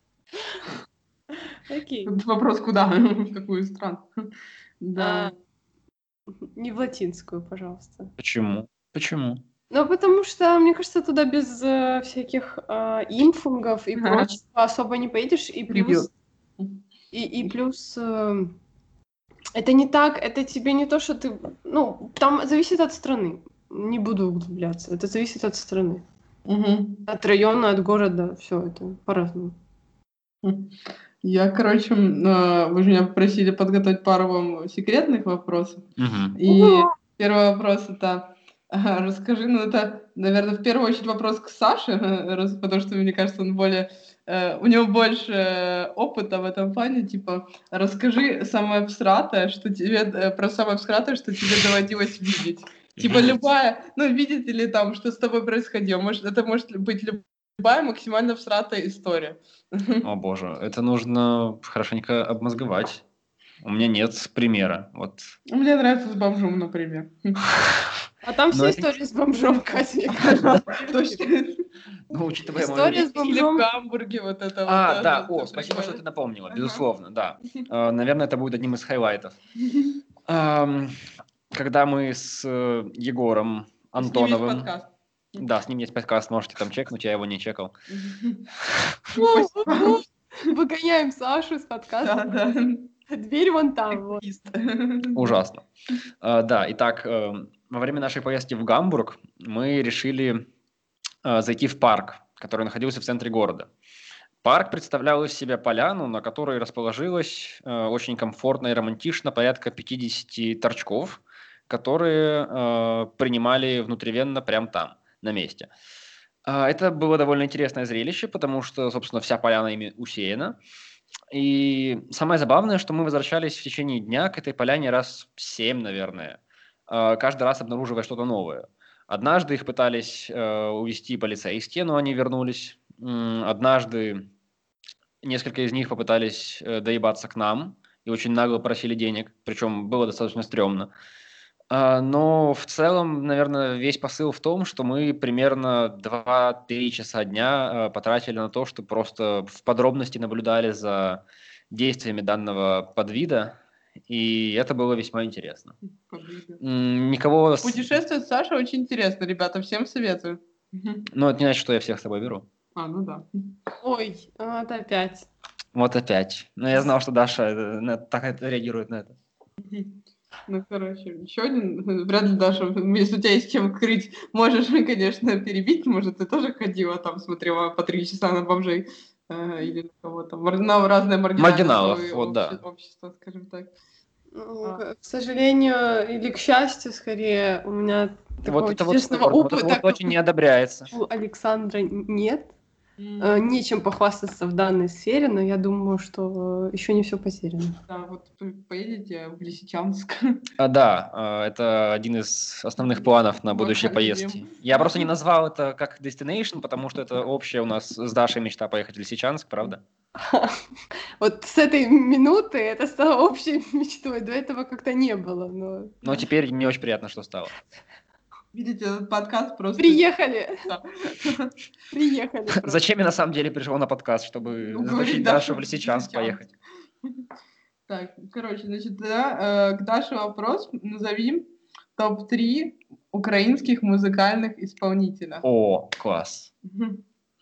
Окей. Тут вопрос, куда? В какую страну? Да. А, Не в латинскую, пожалуйста. Почему? Почему? Ну, потому что, мне кажется, туда без э, всяких а, имфунгов и Ага. прочего особо не поедешь. И Ревью. плюс, и, и плюс э, это не так, это тебе не то, что ты... Ну, там зависит от страны. Не буду углубляться. Это зависит от страны. Мгм. От района, от города, все это по-разному. Я, короче, м, э, вы же меня попросили подготовить пару вам секретных вопросов. Мгм. И первый вопрос это ага, расскажи, ну это, наверное, в первую очередь вопрос к Саше, раз- потому что мне кажется, он более, э, у него больше э, опыта в этом плане. Типа, расскажи самое абстрактное, что тебе э, про самое абстрактное, что тебе доводилось видеть. Типа Видеть. любая, ну видеть или там, что с тобой происходило. Может, это может быть любая максимально абстрактная история. О боже, это нужно хорошенько обмозговать. У меня нет примера. Вот. Мне нравится с бомжом, например. А там Но все это... истории с бомжом, Катя, мне кажется. Точно. Ну, учитывая мою История с Или в бомжом. Гамбурге вот это вот. А, да, да, да, о, да, спасибо, что ты прикольно. напомнила, Ага. безусловно, да. Э, Наверное, это будет одним из хайлайтов. Ам, Когда мы с э, Егором С ним есть Антоновым, подкаст. да, с ним есть подкаст, можете там чекнуть, я его не чекал. Мгм. Фу-фу-фу. Спасибо. Выгоняем Сашу с Да, подкаста. да. Дверь вон там. Вот. Эгоист. Ужасно. А, Да, итак, э, во время нашей поездки в Гамбург мы решили э, зайти в парк, который находился в центре города. Парк представлял из себя поляну, на которой расположилось э, очень комфортно и романтично порядка пятидесяти торчков, которые э, принимали внутривенно прямо там, на месте. А, Это было довольно интересное зрелище, потому что, собственно, вся поляна ими усеяна. И самое забавное, что мы возвращались в течение дня к этой поляне раз семь, наверное, а, каждый раз обнаруживая что-то новое. Однажды их пытались э, увести полицейские, но они вернулись. М, Однажды несколько из них попытались э, доебаться к нам и очень нагло просили денег, причем было достаточно стрёмно. А, Но в целом, наверное, весь посыл в том, что мы примерно два-три часа дня э, потратили на то, что просто в подробности наблюдали за действиями данного подвида, и это было весьма интересно. Подвига. М, Никого... с- Путешествие с Сашей очень интересно, ребята, всем советую. Мгм. Ну, это не значит, что я всех с собой беру. А, ну да. Ой, вот опять. Вот опять. Но я знал, что Даша э, на- так это реагирует на это. Ну, короче, еще один, вряд ли даже, если у тебя есть чем крыть, можешь, конечно, перебить, может, ты тоже ходила там, смотрела по три часа на бомжей э, или на кого-то, мар- на разные маргинальные Маргиналов, слои вот обще- да. общества, скажем так. Ну, А, к к сожалению или к счастью, скорее, у меня Вот такого это вот чудесного спорно, вот это опыта, вот как очень не одобряется. у Александра, н- нет. э, нечем похвастаться в данной сфере, но я думаю, что еще не все потеряно. Да, вот вы поедете в Лисичанск. А, да, а, это один из основных планов на будущие Вакансия. поездки. Я просто не назвал это как destination, потому что это общая у нас с Дашей мечта поехать в Лисичанск, правда? Вот с этой минуты это стало общей мечтой. До этого как-то не было. Но... Но теперь мне очень приятно, что стало. Видите, этот подкаст просто... Приехали! Да. Приехали. просто. Зачем я на самом деле пришел на подкаст, чтобы Уговорить затащить Дашу Дашу в в Лисичанск Лисичанск. поехать? Так, короче, значит, да, э, к Даше вопрос. Назови топ три украинских музыкальных исполнителя. О, класс. Мгм.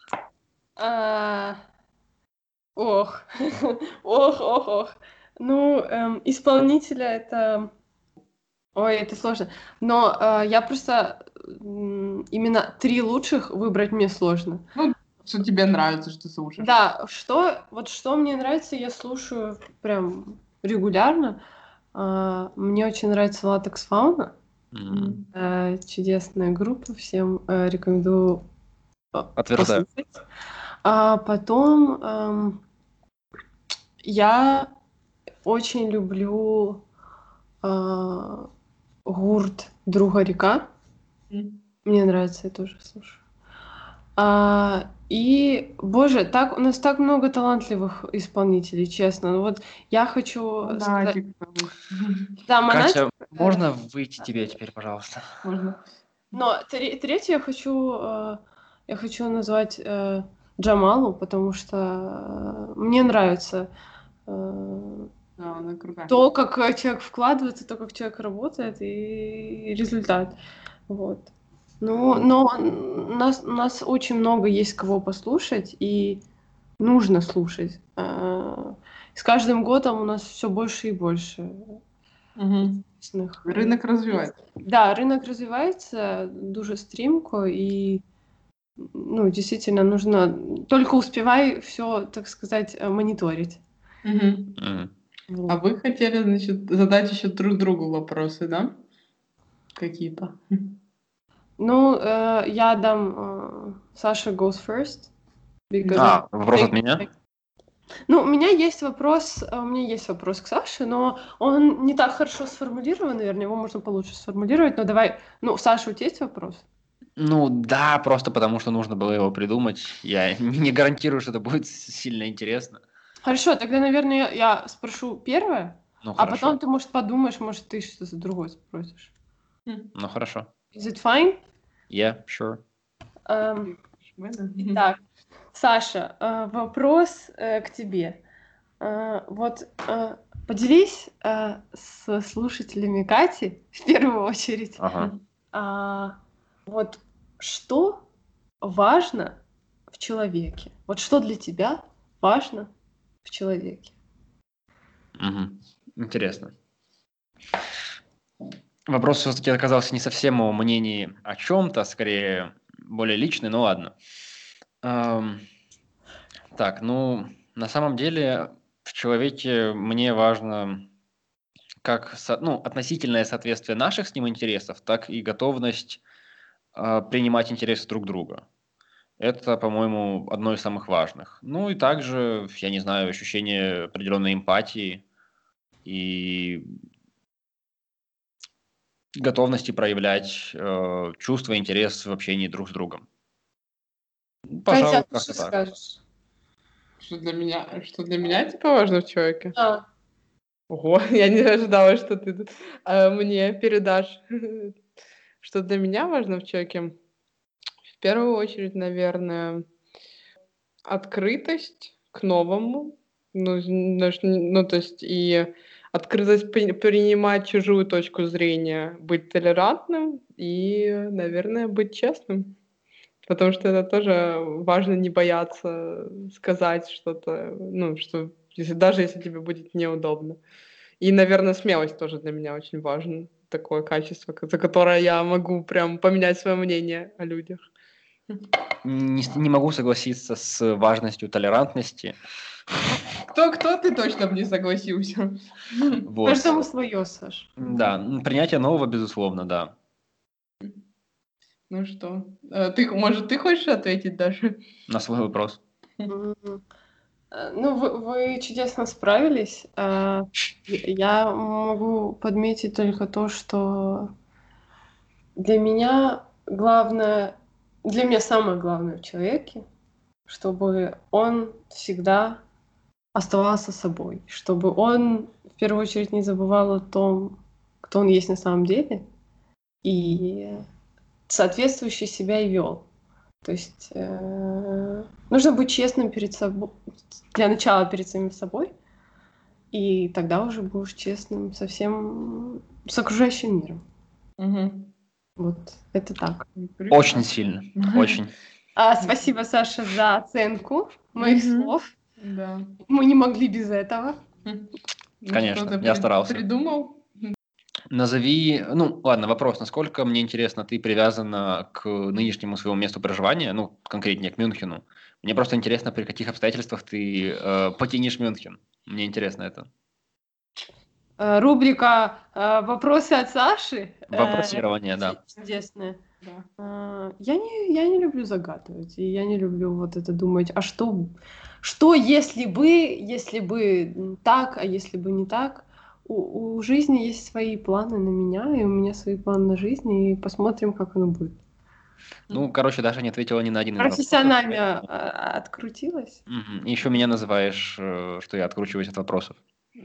А, Ох, ох, ох, ох. Ну, эм, исполнителя это... Ой, это сложно. Но э, я просто... м, Именно три лучших выбрать мне сложно. Что тебе нравится, что слушаешь? Да, что... Вот что мне нравится, я слушаю прям регулярно. А, Мне очень нравится Latex Fauna. М, Э, Чудесная группа, всем э, рекомендую э, Отверждаю. послушать. А потом эм, я очень люблю э, гурт «Друга река». М. Мне нравится, я тоже слушаю. А, и, боже, так у нас так много талантливых исполнителей, честно. Ну вот я хочу сказать... Монатик там. Да, Монатик. Катя, э, можно выйти тебе теперь, пожалуйста? Можно. Но тре- третью я хочу, э, я хочу назвать э, Джамалу, потому что э, мне нравится э, Да, она крутая. то, как э, человек вкладывается, то, как человек работает, и результат. Вот. Ну, но нас, нас очень много есть кого послушать, и нужно слушать. Э, С каждым годом у нас все больше и больше Мгм. известных. Рынок развивается. Да, рынок развивается дуже стрімко, и ну, действительно нужно только успевай все, так сказать, э, мониторить. Мгм. М. Вот. А вы хотели, значит, задать еще друг другу вопросы, да? Какие-то. Ну, э, я дам э, Саша goes first. Because А, вопрос от I- меня? Ну, у меня есть вопрос, э, у меня есть вопрос к Саше, но он не так хорошо сформулирован, наверное, его можно получше сформулировать. Но давай, ну, Саша, у тебя есть вопрос? Ну да, просто потому что нужно было его придумать. Я не гарантирую, что это будет сильно интересно. Хорошо, тогда, наверное, я, я спрошу первое, Ну а хорошо. потом ты, может, подумаешь, может, ты что-то другое спросишь. М. Ну хорошо. Is it fine? Yeah, sure. Эм, Ладно. Итак, Саша, э, вопрос э, к тебе. Э, Вот э, поделись э, с слушателями Кати, в первую очередь, Ага. а, вот что важно в человеке? Вот что для тебя важно в человеке? Мгм. Интересно. Вопрос все-таки оказался не совсем о мнении о чем-то, а скорее более личный, но ладно. Ам, Так, ну, на самом деле в человеке мне важно как со- ну, относительное соответствие наших с ним интересов, так и готовность а, принимать интересы друг друга. Это, по-моему, одно из самых важных. Ну и также, я не знаю, ощущение определенной эмпатии и готовности проявлять э, чувства и интерес в общении друг с другом. Ну, Катя, Пожалуй, а ты как-то что так. скажешь? Что для меня, что для меня типа важно в человеке? Да. Ого, я не ожидала, что ты тут, а, мне передашь. Что для меня важно в человеке? В первую очередь, наверное, открытость к новому. Ну, з- наш- ну, то есть и открытость при- принимать чужую точку зрения, быть толерантным и, наверное, быть честным. Потому что это тоже важно не бояться сказать что-то, ну, что если, даже если тебе будет неудобно. И, наверное, смелость тоже для меня очень важна. Такое качество, ко- за которое я могу прям поменять свое мнение о людях. Не, с- не могу согласиться с важностью толерантности. Кто, кто ты точно бы не согласился? Вот. Каждому свое, Саш. Да, м, принятие нового, безусловно, да. Ну что, э, ты, может, ты хочешь ответить даже? На свой вопрос. М, э, Ну, вы, вы чудесно справились. А, Я могу подметить только то, что для меня главное, для меня самое главное в человеке, чтобы он всегда оставался собой, чтобы он в первую очередь не забывал о том, кто он есть на самом деле, и соответствующе себя и вел. То есть э, нужно быть честным перед собой, для начала перед самим собой, и тогда уже будешь честным со всем, с окружающим миром. Мгм. Вот, это так. Прекрасно. Очень сильно, очень. А, спасибо, Саша, за оценку моих Мгм. слов. Да. Мы не могли без этого. Хм. Ну, Конечно, что ты я при- старался. придумал? Назови, ну ладно, вопрос, насколько, мне интересно, ты привязана к нынешнему своему месту проживания, ну, конкретнее к Мюнхену. Мне просто интересно, при каких обстоятельствах ты э, покинешь Мюнхен. Мне интересно это. Э, Рубрика э, «Вопросы от Саши». э, Вопросирование, да. Чудесная. Да. А, Я не, я не люблю загадывать, и я не люблю вот это думать, а что, что если бы, если бы так, а если бы не так. У, у жизни есть свои планы на меня, и у меня свои планы на жизнь, и посмотрим, как оно будет. Ну, короче, Даша не ответила ни на один из вопросов. Профессионально а, открутилась. Мгм. И еще меня называешь, э, что я откручиваюсь от вопросов.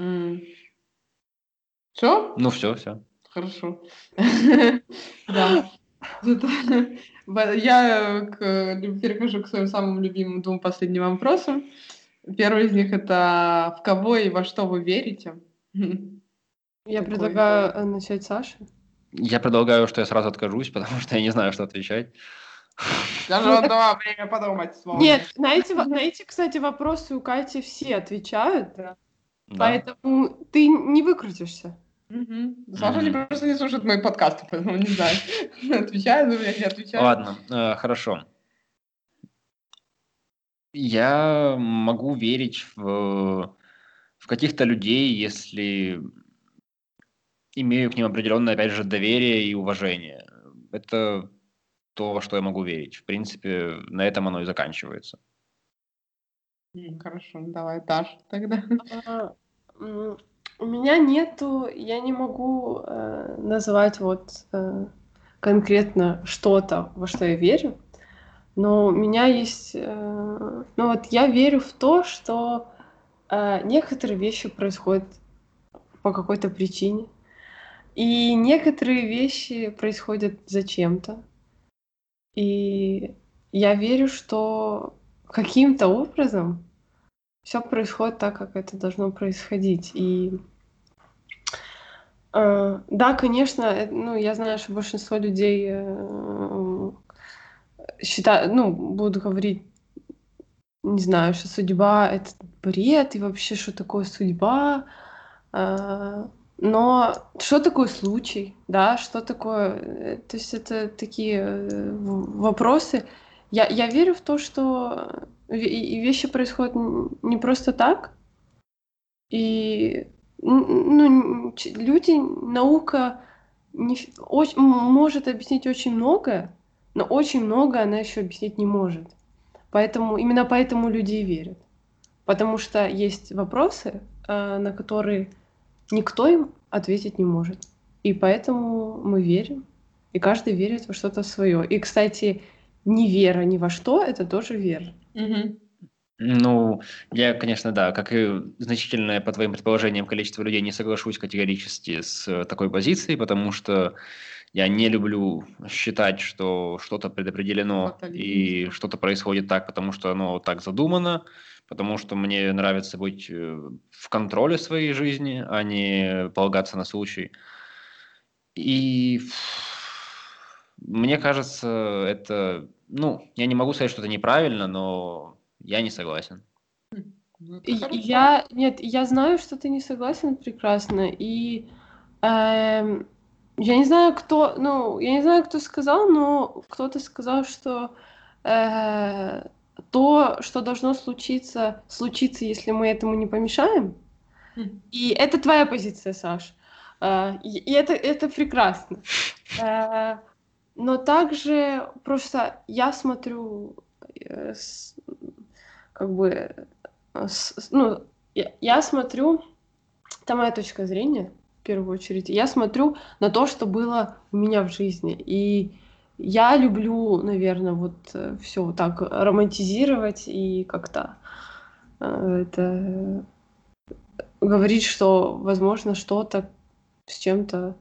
Все? Ну, все, все. Хорошо. Да. Зато в- Я к- лю- перехожу к своим самым любимым двум последним вопросам. Первый из них это в кого и во что вы верите? Хм, Я Такой. предлагаю э, начать Саше. Я предлагаю, что я сразу откажусь, потому что я не знаю, что отвечать. Скажи, Ну, он так- давай время подумать. сволочь. Нет, на эти, во- на эти, кстати, вопросы у Кати все отвечают, Да. поэтому ты не выкрутишься. Мгм. Саша не Мгм. просто не слушает мои подкасты, поэтому не знаю, отвечает за меня, не отвечает. Ладно, э, хорошо. Я могу верить в, в каких-то людей, если имею к ним определенное, опять же, доверие и уважение. Это то, во что я могу верить. В принципе, на этом оно и заканчивается. М, Хорошо, давай, Даш, тогда. А, м, У меня нету, я не могу э, назвать вот э, конкретно что-то, во что я верю, но у меня есть, э, ну вот я верю в то, что э, некоторые вещи происходят по какой-то причине, и некоторые вещи происходят зачем-то, и я верю, что каким-то образом все происходит так, как это должно происходить, и Э, да, конечно, э, ну, я знаю, что большинство людей, э, считают, ну, будут говорить, не знаю, что судьба — это бред, и вообще, что такое судьба. Э, но что такое случай, да, что такое... э, То есть это такие э, в- вопросы. Я, я верю в то, что ве- и вещи происходят н- не просто так, и н- ну, н- ч- люди, наука не, ф- оч- м- может объяснить очень многое, но очень многое она еще объяснить не может. Поэтому именно поэтому люди и верят. Потому что есть вопросы, э, на которые никто им ответить не может. И поэтому мы верим. И каждый верит во что-то свое. И, кстати, не вера ни во что — это тоже вера. Мгм. Ну, я, конечно, да, как и значительное, по твоим предположениям, количество людей не соглашусь категорически с э, такой позицией, потому что я не люблю считать, что что-то предопределено Фатализм. и что-то происходит так, потому что оно так задумано, потому что мне нравится быть э, в контроле своей жизни, а не полагаться на случай. И мне кажется, это, ну, я не могу сказать, что это неправильно, но я не согласен. Ну, это И хорошо. я, нет, я знаю, что ты не согласен прекрасно, и эм, я не знаю, кто, ну, я не знаю, кто сказал, но кто-то сказал, что э, то, что должно случиться, случится, если мы этому не помешаем. М. И это твоя позиция, Саш. Э, и и это, это прекрасно. Э, но также просто я смотрю, э, с как бы, э, с с ну, я я смотрю, это моя точка зрения, в первую очередь. Я смотрю на то, что было у меня в жизни. И я люблю, наверно, вот, всё вот так романтизировать и как-то, э, это говорить, что, возможно, что-то с чем-то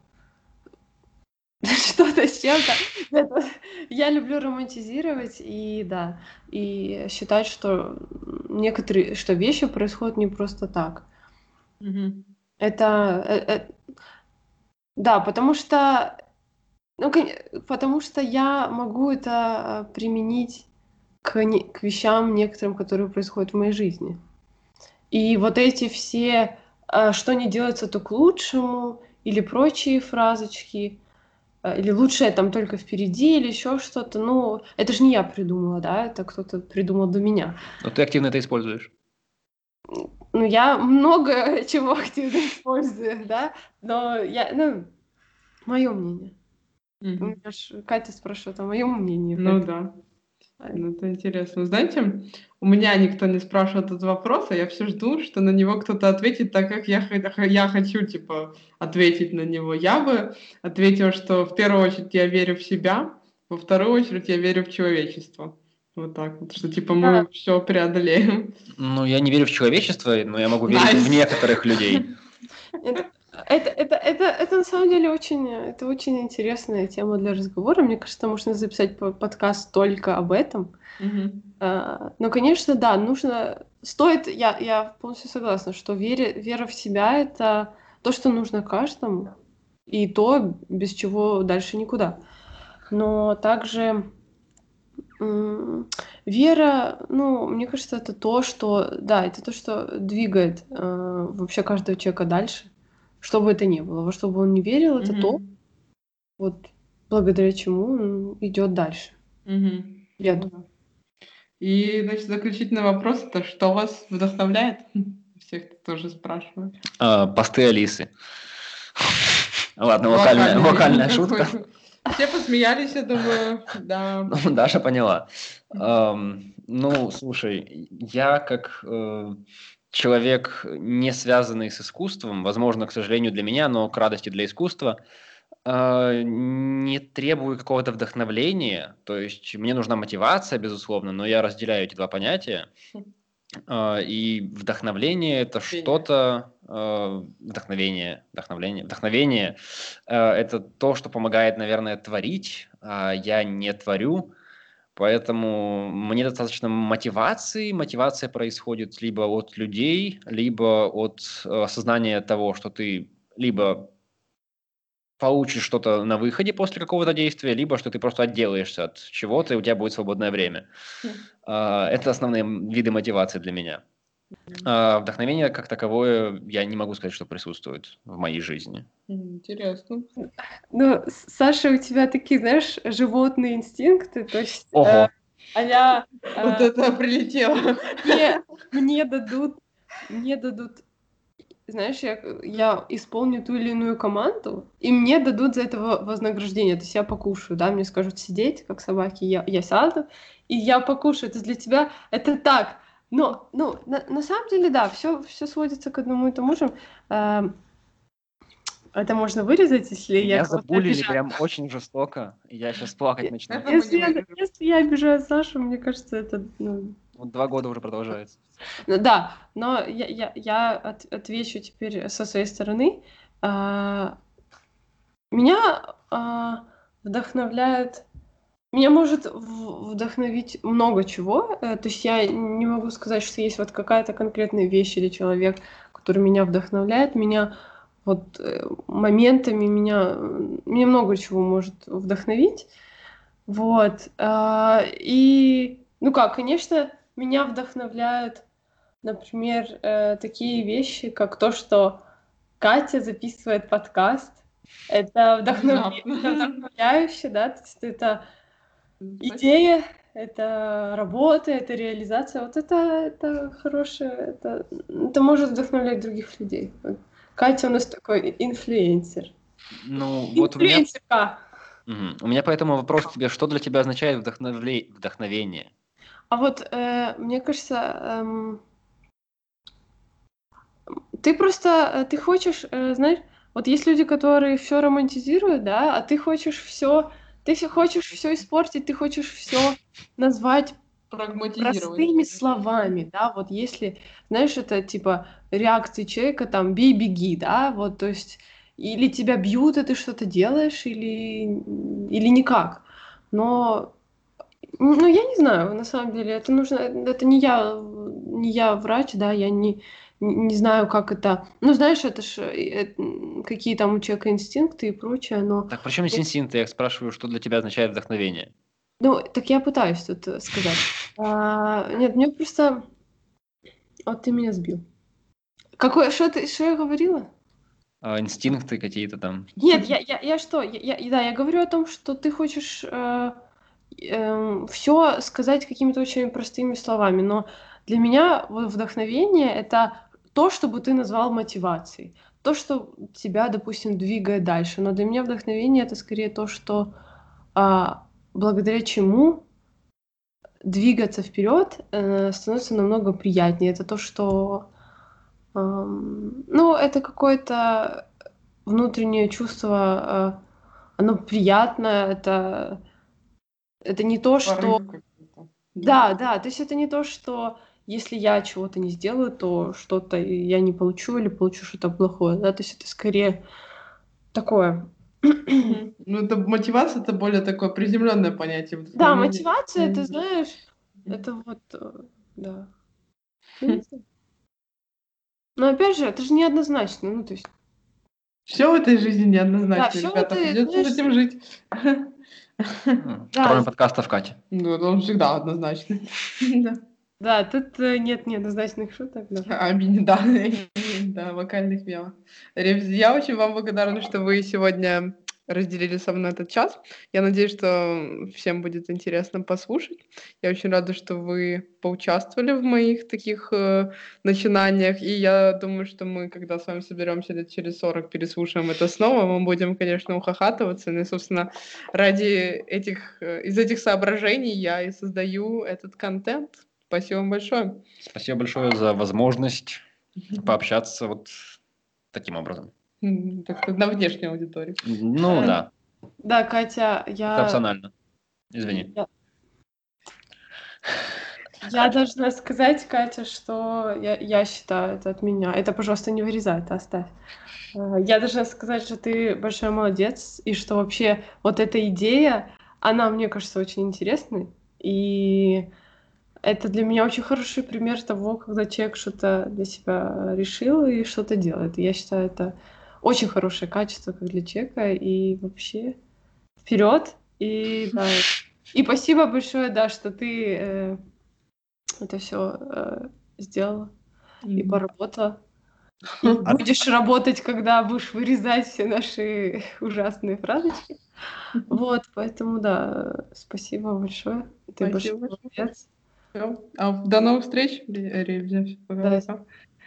что-то с чем-то. Это я люблю романтизировать и да, и считать, что, м, некоторые что вещи происходят не просто так. Мгм. Это, э э Да, потому что, ну, коне потому что я могу это, э, применить к не к вещам некоторым, которые происходят в моей жизни. И вот эти все, э, что не делается, то к лучшему, или прочие фразочки, э, или лучшее там только впереди, или ещё что-то. Ну, это ж не я придумала, да, это кто-то придумал до меня. Но ты активно это используешь. М, ну, я много чего активно использую, да, но я, ну, моё мнение. У Мгм. меня ж Катя спрашивает о моём мнении, Ну поэтому да. Ай. Ну, это интересно. Знаете, у меня никто не спрашивает этот вопрос, а я всё жду, что на него кто-то ответит так, как я хо х я хочу, типа, ответить на него. Я бы ответила, что в первую очередь я верю в себя, во вторую очередь я верю в человечество. Вот так вот, что типа Да. мы всё преодолеем. Ну, я не верю в человечество, но я могу верить в Найс. некоторых людей. Это это это это это на самом деле очень, это очень интересная тема для разговора. Мне кажется, можно записать по подкаст только об этом. Мгм. А, но, конечно, да, нужно стоит я я полностью согласна, что вере вера в себя- это то, что нужно каждому, и то, без чего дальше никуда. Но также, м, вера, ну, мне кажется, это то, что да, это то, что двигает, э, вообще каждого человека дальше, что бы это ни было. Во что бы он ни верил, это то Мгм. вот благодаря чему он идёт дальше. Мгм. Я Ну ду да. И, значит, заключительный вопрос- это что вас вдохновляет? Всех тут тоже спрашиваю. А, посты Алисы. Ладно, вокальная Локальный мем вокальная шутка. какой-то. Все посмеялись, я думаю, да. Ну, Даша поняла. Ам, ну, слушай, я как, э, человек, не связанный с искусством, возможно, к сожалению, для меня, но к радости для искусства, а, не требую какого-то вдохновления. То есть мне нужна мотивация, безусловно, но я разделяю эти два понятия. Хм. А, и вдохновление- это Вение. что-то, а, вдохновение вдохновление вдохновение, а, это то, что помогает, наверное, творить, а я не творю, поэтому мне достаточно мотивации. Мотивация происходит либо от людей, либо от осознания того, что ты либо получишь что-то на выходе после какого-то действия, либо что ты просто отделаешься от чего-то, и у тебя будет свободное время. Хм. А, это основные, м, виды мотивации для меня. Мгм. А вдохновение как таковое, я не могу сказать, что присутствует в моей жизни. М, интересно. Ну, С Саша, у тебя такие, знаешь, животные инстинкты, то есть, э, Ого! а-ля, Вот э это прилетело. мне мне дадут мне дадут, знаешь, я я исполню ту или иную команду, и мне дадут за это во вознаграждение. То есть я покушаю, да, мне скажут сидеть, как собаке, я я сяду, и я покушаю. То есть для тебя это так. Но, ну, на на самом деле, да, всё всё сводится к одному и тому же. Эм Это можно вырезать, если я Меня кого-то забуллили обижаю? прям очень жестоко, и я щас плакать Е начну. Это мы не если я вырежем. если я обижаю Сашу, мне кажется, это, ну Вот два года уже продолжается. Ну да, но я я я от отвечу теперь со своей стороны. А меня, а, вдохновляет меня может в вдохновить много чего. Э, то есть я не могу сказать, что есть вот какая-то конкретная вещь или человек, который меня вдохновляет. Меня вот, э, моментами меня меня много чего может вдохновить. Вот, а, и, ну как, конечно, меня вдохновляют, например, э, такие вещи, как то, что Катя записывает подкаст. Это вдохновля Внезапно. это вдохновляюще, да, то есть это М, спасибо. идея, это работа, это реализация. Вот это это хорошее, это это может вдохновлять других людей. Вот Катя у нас такой инфлюенсер. Ну, вот у меня Инфлюенсерка. Мгм. У меня поэтому вопрос к тебе: что для тебя означает вдохновле вдохновение? А вот, э, мне кажется, эм ты просто, э, ты хочешь, э, знаешь, вот есть люди, которые всё романтизируют, да, а ты хочешь всё ты всё хочешь всё испортить, ты хочешь всё назвать Прагматизировать. простыми словами, да. Вот если, знаешь, это типа реакции человека там: "Бей, беги", да, вот, то есть или тебя бьют, и ты что-то делаешь, или или никак. Но, ну, я не знаю, на самом деле, это нужно, это не я, не я врач, да, я не не знаю, как это. Ну, знаешь, это ж, э, м, какие там у человека инстинкты и прочее, но Так при чём здесь инстинкты? Я спрашиваю, что для тебя означает вдохновение? Ну, так я пытаюсь тут, э, сказать. А, нет, мне просто вот ты меня сбил. Какое что ты что я говорила? А, инстинкты какие-то там. Нет, я я я что? Я я да, я говорю о том, что ты хочешь, э, эм, всё сказать какими-то очень простыми словами, но для меня вот вдохновение- это то, что бы ты назвал мотивацией, то, что тебя, допустим, двигает дальше. Но для меня вдохновение- это скорее то, что, а, благодаря чему двигаться вперед, э, становится намного приятнее. Это то, что, ам, ну, это какое-то внутреннее чувство, а, оно приятное, это это не то, что Порыв какой-то, да? Да, да, то есть это не то, что если я чего-то не сделаю, то что-то я не получу или получу что-то плохое, да, то есть это скорее такое. Мгм. Ну, это мотивация- это более такое приземленное понятие. Да, Вдохновение. мотивация- это, Мгм. знаешь, Мгм. это вот, э, да. Ну, не знаю. Но опять же, это же неоднозначно, ну, то есть Всё в этой жизни Да, неоднозначно, всё вот ребята, ты, придётся с знаешь этим жить. М, Да, кроме з подкастов Кати. Ну, это он всегда однозначный. Да. Да, тут, э, нет неоднозначных шуток, да. А, мини да, да, вокальных мемов. Ребят, я очень вам благодарна, что вы сегодня разделили со мной этот час. Я надеюсь, что всем будет интересно послушать. Я очень рада, что вы поучаствовали в моих таких, э, начинаниях. И я думаю, что мы, когда с вами соберёмся лет через сорок, переслушаем это снова, мы будем, конечно, ухахатываться. Ну и, собственно, ради этих, э, из этих соображений я и создаю этот контент. Спасибо вам большое. Спасибо большое за возможность Мгм. пообщаться вот таким образом. М, так сказать, на внешнюю аудиторию. Н ну Э, да. Да, Катя, Это я опционально. Извини. я я должна сказать, Катя, что я я считаю, это от меня. Это, пожалуйста, не вырезай, это оставь. Э, я должна сказать, что ты большой молодец, и что вообще вот эта идея, она, мне кажется, очень интересной. И это для меня очень хороший пример того, когда человек что-то для себя решил и что-то делает. И я считаю, это очень хорошее качество как для человека. И вообще вперед! И да, и спасибо большое, да, что ты, э, это всё, э, сделала и Мгм. поработала. И А будешь работать, когда будешь вырезать все наши ужасные фразочки. Вот, поэтому да, э, спасибо большое. Ты большой Спасибо большое. молодец. Всё. А, до новых встреч, ре ребят. Да. Пока-пока.